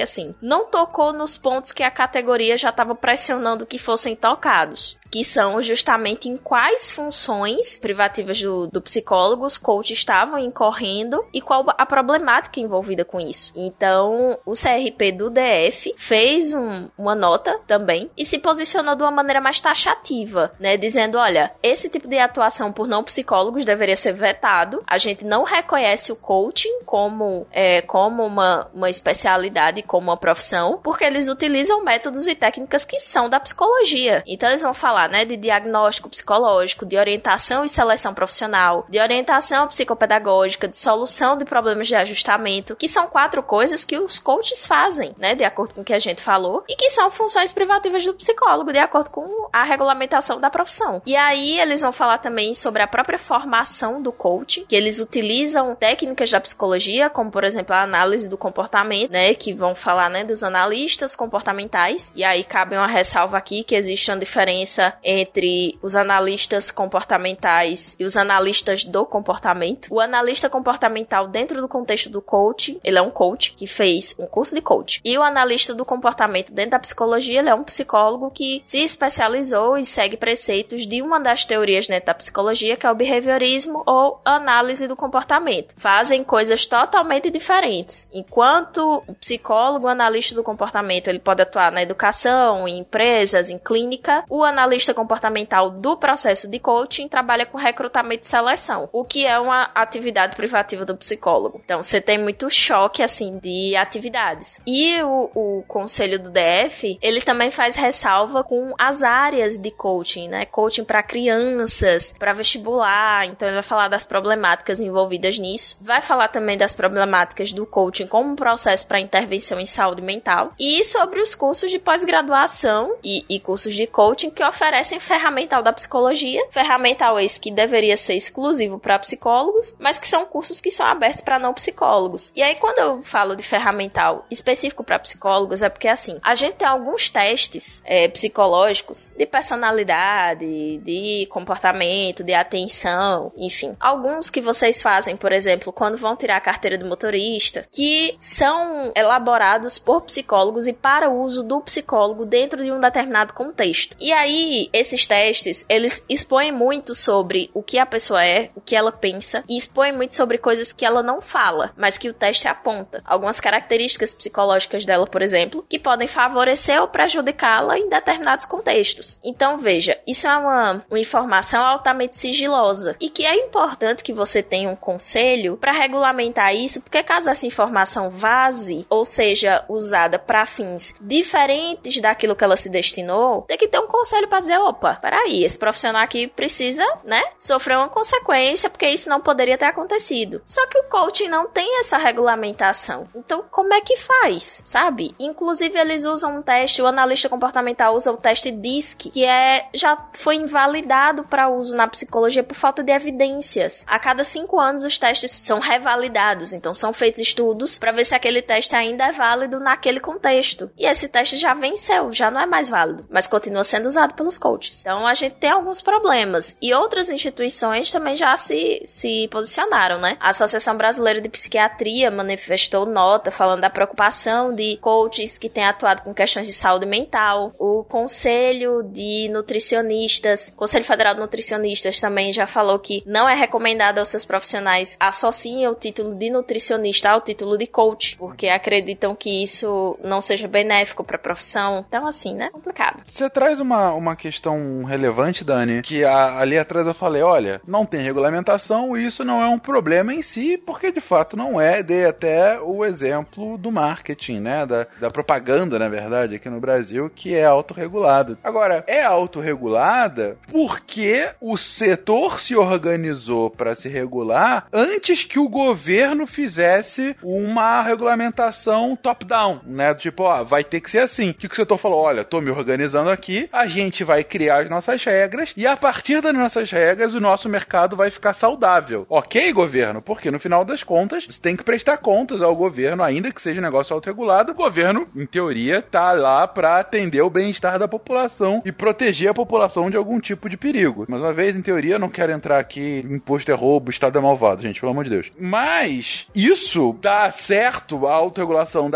não tocou nos pontos que a categoria já estava pressionando que fossem tocados, que são justamente em quais funções privativas do, do psicólogo os coaches estavam incorrendo e qual a problemática envolvida com isso. Então, o C R P do D F fez um, uma nota também e se posicionou de uma maneira mais taxativa, né, dizendo, olha, esse tipo de atuação por não psicólogos deveria ser vetado, a gente não reconhece o coaching como, é, como uma, uma especialidade, como uma profissão, porque eles utilizam métodos e técnicas que são da psicologia. Então, eles vão falar, né, de diagnóstico psicológico, de orientação e seleção profissional, de orientação psicopedagógica, de solução de problemas de ajustamento, que são quatro coisas que os coaches fazem, né, de acordo com o que a gente falou, e que são funções privativas do psicólogo, de acordo com a regulamentação da profissão. E aí eles vão falar também sobre a própria formação do coach, que eles utilizam técnicas da psicologia, como por exemplo a análise do comportamento, né, que vão falar, né, dos analistas comportamentais, e aí cabe uma ressalva aqui que existe uma diferença entre os analistas comportamentais e os analistas do comportamento. O analista comportamental dentro do contexto do coach, ele é um coach que fez um curso de coach. E o analista do comportamento dentro da psicologia, ele é um psicólogo que se especializou e segue preceitos de uma das teorias dentro da psicologia, que é o behaviorismo ou análise do comportamento. Fazem coisas totalmente diferentes. Enquanto o psicólogo, o analista do comportamento, ele pode atuar na educação, em empresas, em clínica, o analista comportamental do processo de coaching trabalha com recrutamento e seleção, o que é uma atividade privativa do psicólogo. Então, você tem muito choque, assim, de atividades. E o, o conselho do D F, ele também faz ressalva com as áreas de coaching, né? Coaching para crianças, para vestibular, então ele vai falar das problemáticas envolvidas nisso. Vai falar também das problemáticas do coaching como um processo para intervenção em saúde mental e sobre os cursos de pós-graduação e, e cursos de coaching que oferecem ferramental da psicologia, ferramental esse que deveria ser exclusivo para psicólogos, mas que são cursos que são abertos para não psicólogos. E aí, quando eu falo de ferramental específico para psicólogos, é porque, assim, a gente tem alguns testes é, psicológicos de personalidade, de comportamento, de atenção, enfim. Alguns que vocês fazem, por exemplo, quando vão tirar a carteira de motorista, que são elaborados por psicólogos e para o uso do psicólogo dentro de um determinado contexto. E aí, esses testes, eles expõem muito sobre o que a pessoa é, o que ela pensa, e expõem muito sobre coisas que ela não fala, mas que o teste aponta. Algumas características psicológicas dela, por exemplo, que podem favorecer ou prejudicá-la em determinados contextos. Então, veja, isso é uma, uma informação altamente sigilosa, e que é importante que você tenha um conselho para regulamentar isso, porque caso essa informação vaze, ou seja usada para fins diferentes daquilo que ela se destinou, tem que ter um conselho para dizer, opa, peraí, esse profissional aqui precisa, né, sofrer uma consequência, porque isso não poderia ter acontecido. Só que o coaching não tem essa regulamentação. Então, como é que faz, sabe? Inclusive, eles usam um teste, o analista comportamental usa o teste D I S C, que é, já foi invalidado para uso na psicologia por falta de evidências. A cada cinco anos, os testes são revalidados, então são feitos estudos para ver se aquele teste ainda é válido naquele contexto. E esse teste já venceu, já não é mais válido, mas continua sendo usado pelos coaches. Então, a gente tem alguns problemas. E outras instituições também já se, se posicionaram, né? A Associação Brasileira de Psiquiatria manifestou nota falando da preocupação de coaches que têm atuado com questões de saúde mental. O Conselho de Nutricionistas, Conselho Federal de Nutricionistas também já falou que não é recomendado aos seus profissionais associem o título de nutricionista ao título de coach, porque acreditam que isso não seja benéfico para a profissão. Então, assim, né? Complicado. Você traz uma, uma questão relevante, Dani, que a, ali atrás eu falei, olha, não tem regulamentação, isso não é um problema em si, porque de fato não é. Dei até o exemplo do marketing, né? Da, da propaganda, na verdade, aqui no Brasil, que é autorregulada. Agora, é autorregulada porque o setor se organizou para se regular antes que o governo fizesse uma regulamentação top-down, né? Tipo, ó, vai ter que ser assim. O que, que o setor falou? Olha, tô me organizando aqui, a gente vai criar as nossas regras e a partir das nossas regras o nosso mercado vai ficar saudável. Ok, governo? Porque no final das contas, você tem que prestar contas ao governo, ainda que seja um negócio autorregulado. O governo, em teoria, tá lá para atender o bem-estar da população e proteger a população de algum tipo de perigo. Mais uma vez, em teoria, eu não quero entrar aqui, imposto é roubo, Estado é malvado, gente, pelo amor de Deus. Mas isso dá certo, a autorregulação dá certo,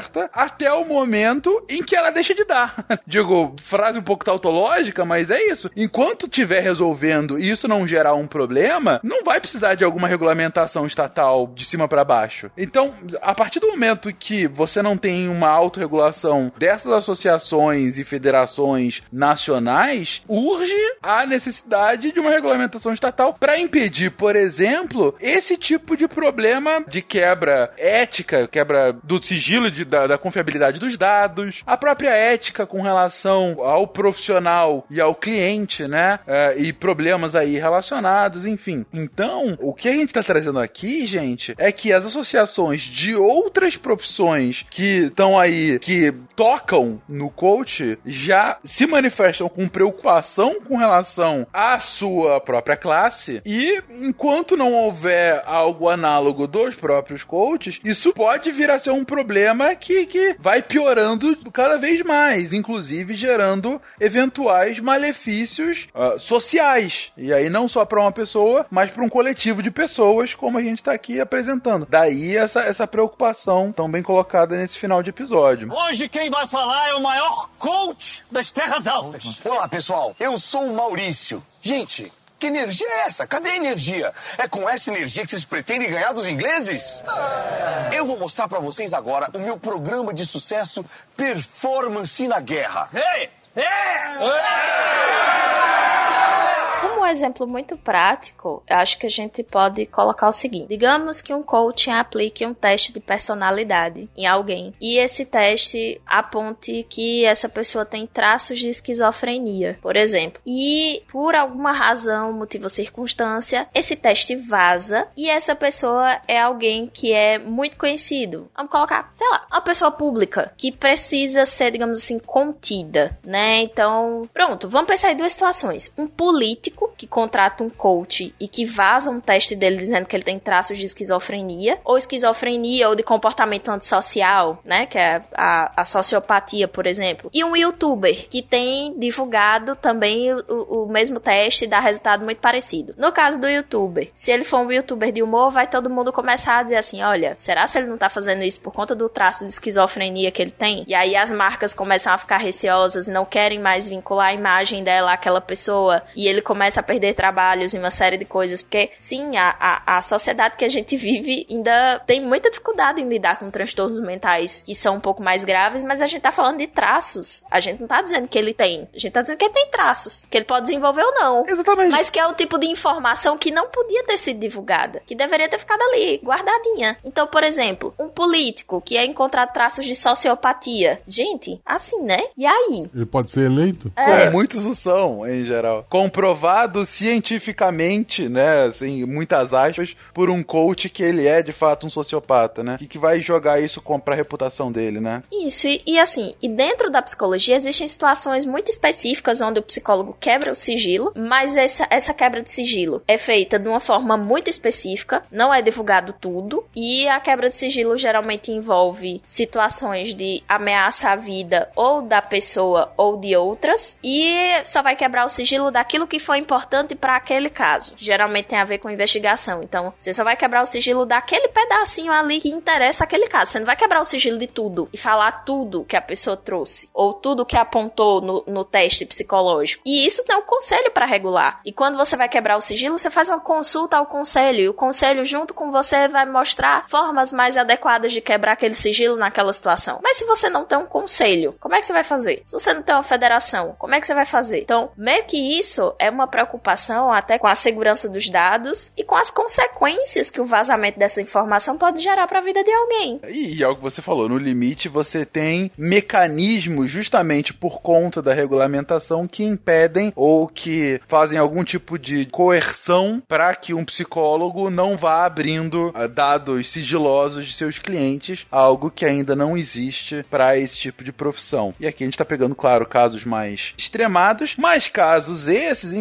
certa até o momento em que ela deixa de dar. Digo, frase um pouco tautológica, mas é isso. Enquanto estiver resolvendo e isso não gerar um problema, não vai precisar de alguma regulamentação estatal de cima para baixo. Então, a partir do momento que você não tem uma autorregulação dessas associações e federações nacionais, urge a necessidade de uma regulamentação estatal para impedir, por exemplo, esse tipo de problema de quebra ética, quebra do sigilo de, da, da confiabilidade dos dados, a própria ética com relação ao profissional e ao cliente, né? É, e problemas aí relacionados, enfim. Então, o que a gente está trazendo aqui, gente, é que as associações de outras profissões que estão aí, que tocam no coach, já se manifestam com preocupação com relação à sua própria classe, e enquanto não houver algo análogo dos próprios coaches, isso pode vir a ser um problema que, que vai piorando cada vez mais, inclusive gerando eventuais malefícios uh, sociais, e aí não só para uma pessoa, mas para um coletivo de pessoas, como a gente está aqui apresentando. Daí essa, essa preocupação tão bem colocada nesse final de episódio. Hoje quem vai falar é o maior coach das terras altas. Olá, pessoal. Eu sou o Maurício. Gente, que energia é essa? Cadê a energia? É com essa energia que vocês pretendem ganhar dos ingleses? Eu vou mostrar pra vocês agora o meu programa de sucesso Performance na Guerra. Ei! Ei! Como um exemplo muito prático, eu acho que a gente pode colocar o seguinte. Digamos que um coach aplique um teste de personalidade em alguém e esse teste aponte que essa pessoa tem traços de esquizofrenia, por exemplo. E por alguma razão, motivo ou circunstância, esse teste vaza e essa pessoa é alguém que é muito conhecido. Vamos colocar, sei lá, uma pessoa pública que precisa ser, digamos assim, contida, né? Então, pronto, vamos pensar em duas situações. Um político que contrata um coach e que vaza um teste dele dizendo que ele tem traços de esquizofrenia, ou esquizofrenia ou de comportamento antissocial, né, que é a, a sociopatia, por exemplo. E um youtuber que tem divulgado também o, o mesmo teste e dá resultado muito parecido. No caso do youtuber, se ele for um youtuber de humor, vai todo mundo começar a dizer assim, olha, será se ele não tá fazendo isso por conta do traço de esquizofrenia que ele tem? E aí as marcas começam a ficar receosas e não querem mais vincular a imagem dela àquela pessoa, e ele começa a perder trabalhos e uma série de coisas, porque sim, a, a, a sociedade que a gente vive ainda tem muita dificuldade em lidar com transtornos mentais que são um pouco mais graves, mas a gente tá falando de traços, a gente não tá dizendo que ele tem, a gente tá dizendo que ele tem traços, que ele pode desenvolver ou não. Exatamente. Mas que é o tipo de informação que não podia ter sido divulgada, que deveria ter ficado ali, guardadinha. Então, por exemplo, um político que é encontrado traços de sociopatia, gente, assim, né? E aí? Ele pode ser eleito? É, é muitos o são, em geral. Comprovado cientificamente, né, assim, muitas aspas, por um coach que ele é de fato um sociopata, né, e que vai jogar isso pra reputação dele, né. Isso, e, e assim, e dentro da psicologia existem situações muito específicas onde o psicólogo quebra o sigilo, mas essa, essa quebra de sigilo é feita de uma forma muito específica, não é divulgado tudo, e a quebra de sigilo geralmente envolve situações de ameaça à vida ou da pessoa ou de outras, e só vai quebrar o sigilo daquilo que foi importante para aquele caso, que geralmente tem a ver com investigação. Então, você só vai quebrar o sigilo daquele pedacinho ali que interessa aquele caso. Você não vai quebrar o sigilo de tudo e falar tudo que a pessoa trouxe, ou tudo que apontou no, no teste psicológico. E isso tem um conselho para regular. E quando você vai quebrar o sigilo, você faz uma consulta ao conselho, e o conselho junto com você vai mostrar formas mais adequadas de quebrar aquele sigilo naquela situação. Mas se você não tem um conselho, como é que você vai fazer? Se você não tem uma federação, como é que você vai fazer? Então, meio que isso é uma preocupação até com a segurança dos dados e com as consequências que o vazamento dessa informação pode gerar para a vida de alguém. E é o que você falou, no limite você tem mecanismos justamente por conta da regulamentação que impedem ou que fazem algum tipo de coerção para que um psicólogo não vá abrindo uh, dados sigilosos de seus clientes, algo que ainda não existe para esse tipo de profissão. E aqui a gente está pegando, claro, casos mais extremados, mas casos esses, inclusive,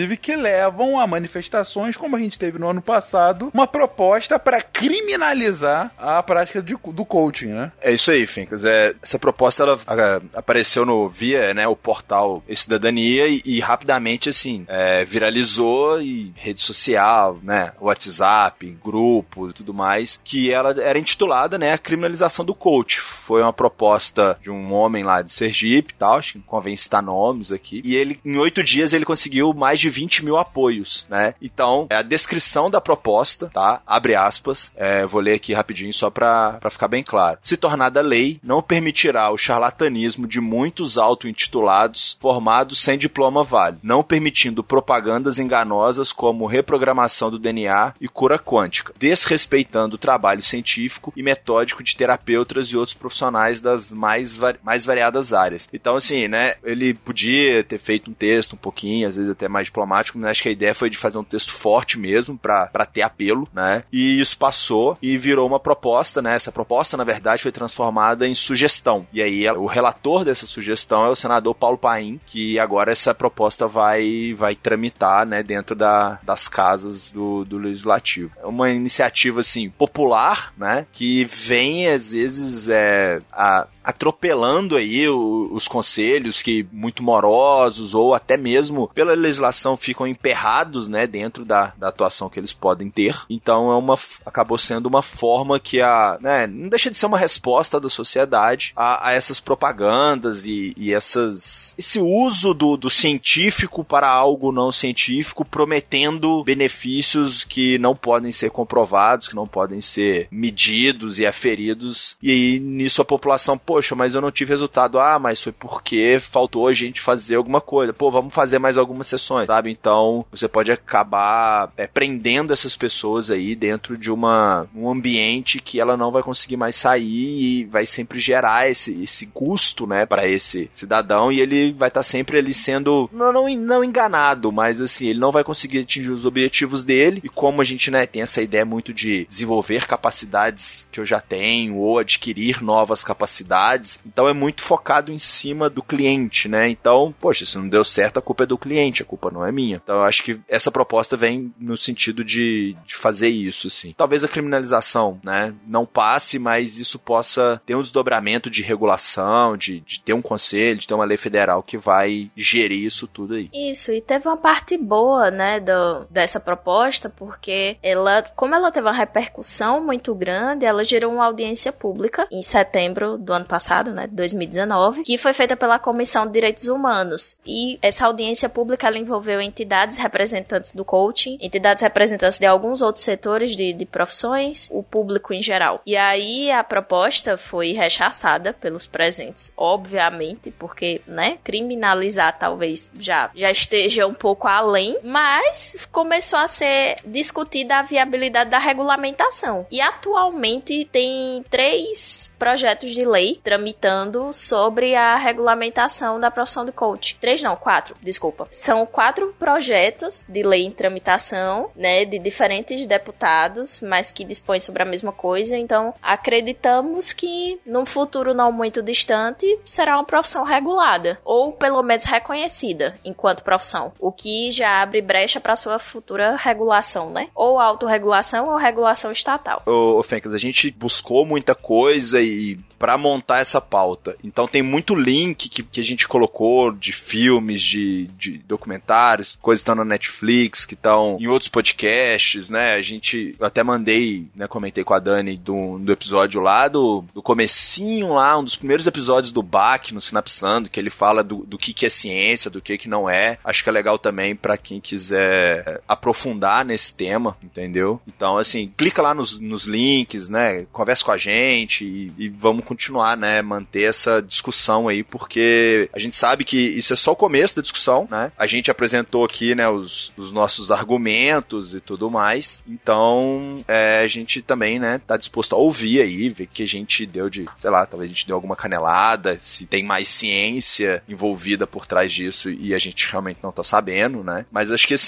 inclusive, que levam a manifestações, como a gente teve no ano passado, uma proposta para criminalizar a prática de, do coaching, né? É isso aí, Fincas. É, essa proposta, ela a, apareceu no, via, né, o portal E-Cidadania e, e rapidamente, assim, é, viralizou e rede social, né, WhatsApp, grupos e tudo mais, que ela era intitulada, né, a criminalização do coach. Foi uma proposta de um homem lá de Sergipe e tal, acho que não convém citar nomes aqui, e ele, em oito dias, ele conseguiu mais de vinte mil apoios, né? Então, é a descrição da proposta, tá? Abre aspas, é, vou ler aqui rapidinho só pra, pra ficar bem claro. Se tornada lei, não permitirá o charlatanismo de muitos auto-intitulados formados sem diploma válido, não permitindo propagandas enganosas como reprogramação do D N A e cura quântica, desrespeitando o trabalho científico e metódico de terapeutas e outros profissionais das mais, vari- mais variadas áreas. Então, assim, né, ele podia ter feito um texto um pouquinho, às vezes até mais diplomático, mas acho que a ideia foi de fazer um texto forte mesmo, pra, pra ter apelo, né, e isso passou e virou uma proposta, né, essa proposta, na verdade, foi transformada em sugestão, e aí o relator dessa sugestão é o senador Paulo Paim, que agora essa proposta vai, vai tramitar, né, dentro da, das casas do, do Legislativo. É uma iniciativa, assim, popular, né, que vem, às vezes, é, a, atropelando aí o, os conselhos que muito morosos ou até mesmo pela legislação ficam emperrados, né, dentro da, da atuação que eles podem ter. Então é uma, acabou sendo uma forma que a, né, não deixa de ser uma resposta da sociedade a, a essas propagandas e, e essas, esse uso do, do científico para algo não científico, prometendo benefícios que não podem ser comprovados, que não podem ser medidos e aferidos. E aí nisso a população, poxa, mas eu não tive resultado. Ah, mas foi porque faltou a gente fazer alguma coisa. Pô, vamos fazer mais algumas sessões, sabe? Então, você pode acabar é, prendendo essas pessoas aí dentro de uma, um ambiente que ela não vai conseguir mais sair e vai sempre gerar esse, esse custo, né, para esse cidadão, e ele vai estar tá sempre ali sendo, não, não, não enganado, mas assim, ele não vai conseguir atingir os objetivos dele, e como a gente, né, tem essa ideia muito de desenvolver capacidades que eu já tenho, ou adquirir novas capacidades, então é muito focado em cima do cliente, né, então, poxa, se não deu certo, a culpa é do cliente, a culpa não é minha. Então eu acho que essa proposta vem no sentido de, de fazer isso, assim. Talvez a criminalização, né, não passe, mas isso possa ter um desdobramento de regulação, de, de ter um conselho, de ter uma lei federal que vai gerir isso tudo aí. Isso, e teve uma parte boa, né, do, dessa proposta, porque ela, como ela teve uma repercussão muito grande, ela gerou uma audiência pública em setembro do ano passado, né, dois mil e dezenove, que foi feita pela Comissão de Direitos Humanos. E essa audiência pública, ela envolveu entidades representantes do coaching, entidades representantes de alguns outros setores de, de profissões, o público em geral. E aí a proposta foi rechaçada pelos presentes, obviamente, porque, né, criminalizar talvez já, já esteja um pouco além, mas começou a ser discutida a viabilidade da regulamentação. E atualmente tem três projetos de lei tramitando sobre a regulamentação da profissão de coach. Três não, quatro, desculpa. São quatro projetos de lei em tramitação, né, de diferentes deputados, mas que dispõem sobre a mesma coisa. Então, acreditamos que num futuro não muito distante será uma profissão regulada, ou pelo menos reconhecida enquanto profissão, o que já abre brecha para sua futura regulação, né? Ou autorregulação ou regulação estatal. Ô, ô Fencas, a gente buscou muita coisa e para montar essa pauta. Então tem muito link que, que a gente colocou de filmes, de, de documentários, coisas que estão na Netflix, que estão em outros podcasts, né? A gente, eu até mandei, né, comentei com a Dani do, do episódio lá, do, do comecinho lá, um dos primeiros episódios do Bach no Sinapsando, que ele fala do, do que, que é ciência, do que, que não é. Acho que é legal também para quem quiser aprofundar nesse tema, entendeu? Então, assim, clica lá nos, nos links, né? Conversa com a gente e, e vamos continuar, né, manter essa discussão aí, porque a gente sabe que isso é só o começo da discussão, né, a gente apresentou aqui, né, os, os nossos argumentos e tudo mais, então é, a gente também, né, tá disposto a ouvir aí, ver que a gente deu de, sei lá, talvez a gente deu alguma canelada, se tem mais ciência envolvida por trás disso e a gente realmente não tá sabendo, né, mas acho que assim, o, o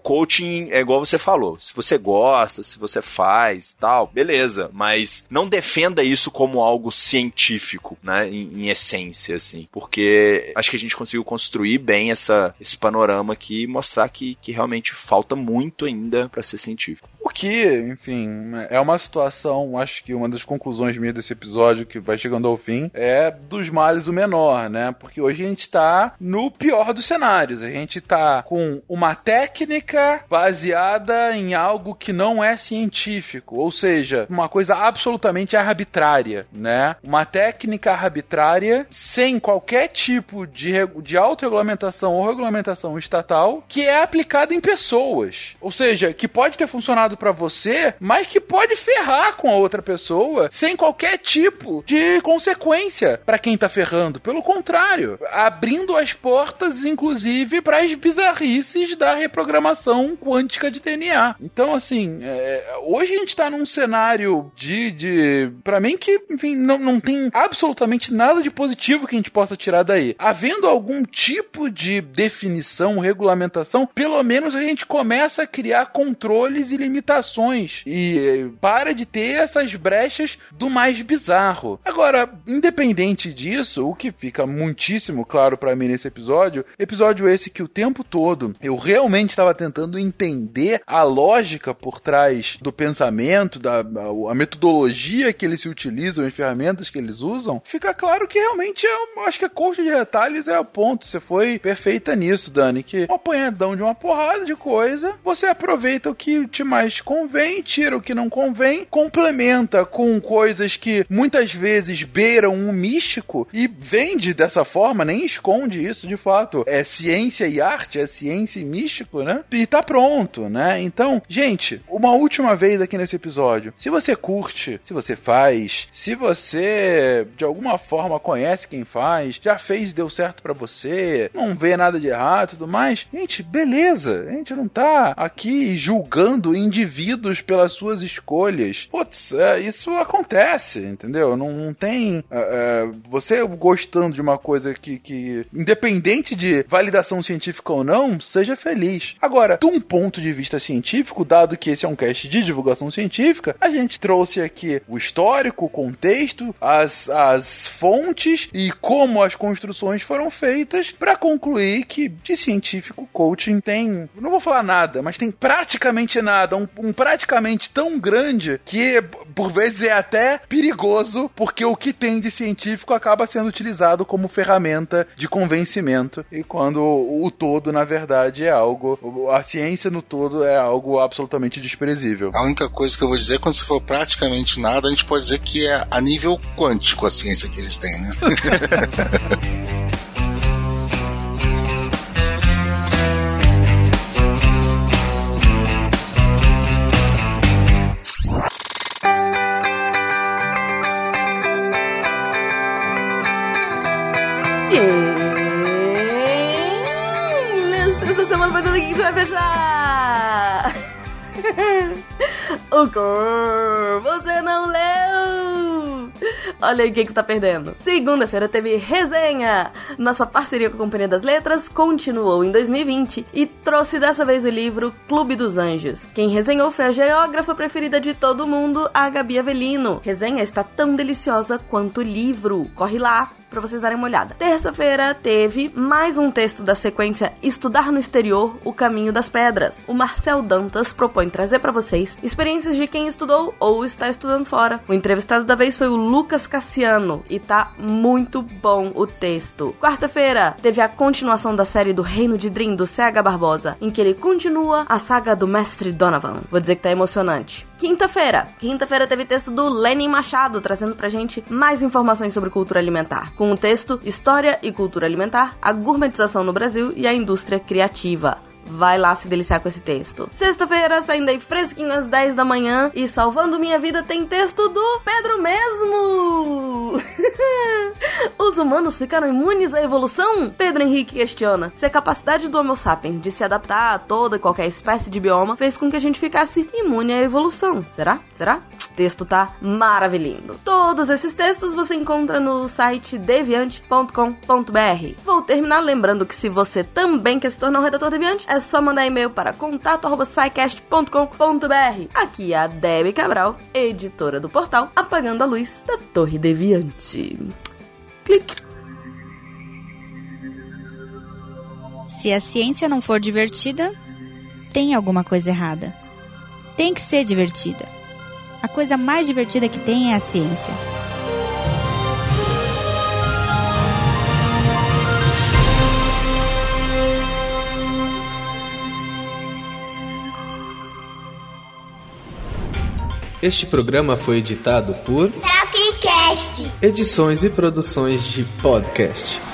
coaching é igual você falou. Se você gosta, se você faz, tal, beleza. Mas não defenda isso como algo científico, né? Em, em essência, assim. Porque acho que a gente conseguiu construir bem essa, esse panorama aqui e mostrar que, que realmente falta muito ainda pra ser científico. O que, enfim, é uma situação, acho que uma das conclusões minhas desse episódio que vai chegando ao fim é dos males o menor, né? Porque hoje a gente tá no pior dos cenários. A gente tá com uma técnica baseada em algo que não é científico, ou seja, uma coisa absolutamente arbitrária, né? Uma técnica arbitrária sem qualquer tipo de, de autorregulamentação ou regulamentação estatal que é aplicada em pessoas. Ou seja, que pode ter funcionado pra você, mas que pode ferrar com a outra pessoa sem qualquer tipo de consequência pra quem tá ferrando. Pelo contrário, abrindo as portas, inclusive, para as bizarrices da reprogramação quântica de D N A. Então, assim, é, hoje a gente tá num cenário de, de pra mim que, enfim, não, não tem absolutamente nada de positivo que a gente possa tirar daí. Havendo algum tipo de definição, regulamentação, pelo menos a gente começa a criar controles e limitações e para de ter essas brechas do mais bizarro. Agora, independente disso, o que fica muitíssimo claro pra mim nesse episódio, episódio esse que o tempo todo eu realmente estava tentando entender a lógica por trás do pensamento, da a, a metodologia que eles se utilizam, as ferramentas que eles usam, fica claro que realmente é, acho que a coxa de retalhos é o ponto. Você foi perfeita nisso, Dani, que um apanhadão de uma porrada de coisa, você aproveita o que te mais convém, tira o que não convém, complementa com coisas que muitas vezes beiram um místico e vende dessa forma, nem esconde isso de fato. É ciência e arte, é ciência e místico, né? E tá pronto, né? Então, gente, uma última vez aqui nesse episódio, se você curte, se você faz, se você de alguma forma conhece quem faz, já fez, deu certo pra você, não vê nada de errado e tudo mais, gente, beleza, a gente não tá aqui julgando indivíduos pelas suas escolhas. Putz, é, isso acontece, entendeu? Não, não tem é, é, você gostando de uma coisa que, que, independente de validação científica ou não, seja feliz. Agora, de um ponto de vista científico, dado que esse é um cast de divulgação científica, a gente trouxe aqui o histórico, o contexto, as, as fontes e como as construções foram feitas para concluir que de científico coaching tem, não vou falar nada, mas tem praticamente nada, um, um praticamente tão grande que por vezes é até perigoso, porque o que tem de científico acaba sendo utilizado como ferramenta de convencimento, e quando o, o todo, na verdade, é algo, a ciência no todo é algo absolutamente desprezível. A única coisa que eu vou dizer, quando você for praticamente nada, a gente pode dizer que é a nível quântico a ciência que eles têm, né? Essa semana vai tudo aqui que vai fechar. O cor, você não leu. Olha aí o que, que você tá perdendo. Segunda-feira teve resenha. Nossa parceria com a Companhia das Letras continuou em dois mil e vinte e trouxe dessa vez o livro Clube dos Anjos. Quem resenhou foi a geógrafa preferida de todo mundo, a Gabi Avelino. Resenha está tão deliciosa quanto o livro. Corre lá pra vocês darem uma olhada. Terça-feira teve mais um texto da sequência Estudar no Exterior, o Caminho das Pedras. O Marcel Dantas propõe trazer pra vocês experiências de quem estudou ou está estudando fora. O entrevistado da vez foi o Lucas Cassiano e tá muito bom o texto. Quarta-feira teve a continuação da série do Reino de Dream, do C H Barbosa, em que ele continua a saga do Mestre Donovan. Vou dizer que tá emocionante. Quinta-feira. Quinta-feira teve texto do Lenin Machado, trazendo pra gente mais informações sobre cultura alimentar, com o texto História e Cultura Alimentar, a gourmetização no Brasil e a indústria criativa. Vai lá se deliciar com esse texto. Sexta-feira, saindo aí fresquinho às dez da manhã e salvando minha vida, tem texto do Pedro mesmo. Os humanos ficaram imunes à evolução? Pedro Henrique questiona se a capacidade do Homo sapiens de se adaptar a toda e qualquer espécie de bioma fez com que a gente ficasse imune à evolução. Será? Será? O texto tá maravilhoso. Todos esses textos você encontra no site deviante ponto com ponto b r. Vou terminar lembrando que se você também quer se tornar um redator deviante, é só mandar e-mail para contato arroba scicast ponto com ponto b r. Aqui é a Debbie Cabral, editora do portal Apagando a Luz da Torre Deviante. Clique. Se a ciência não for divertida, tem alguma coisa errada. Tem que ser divertida. A coisa mais divertida que tem é a ciência. Este programa foi editado por Tapcast. Edições e produções de podcast.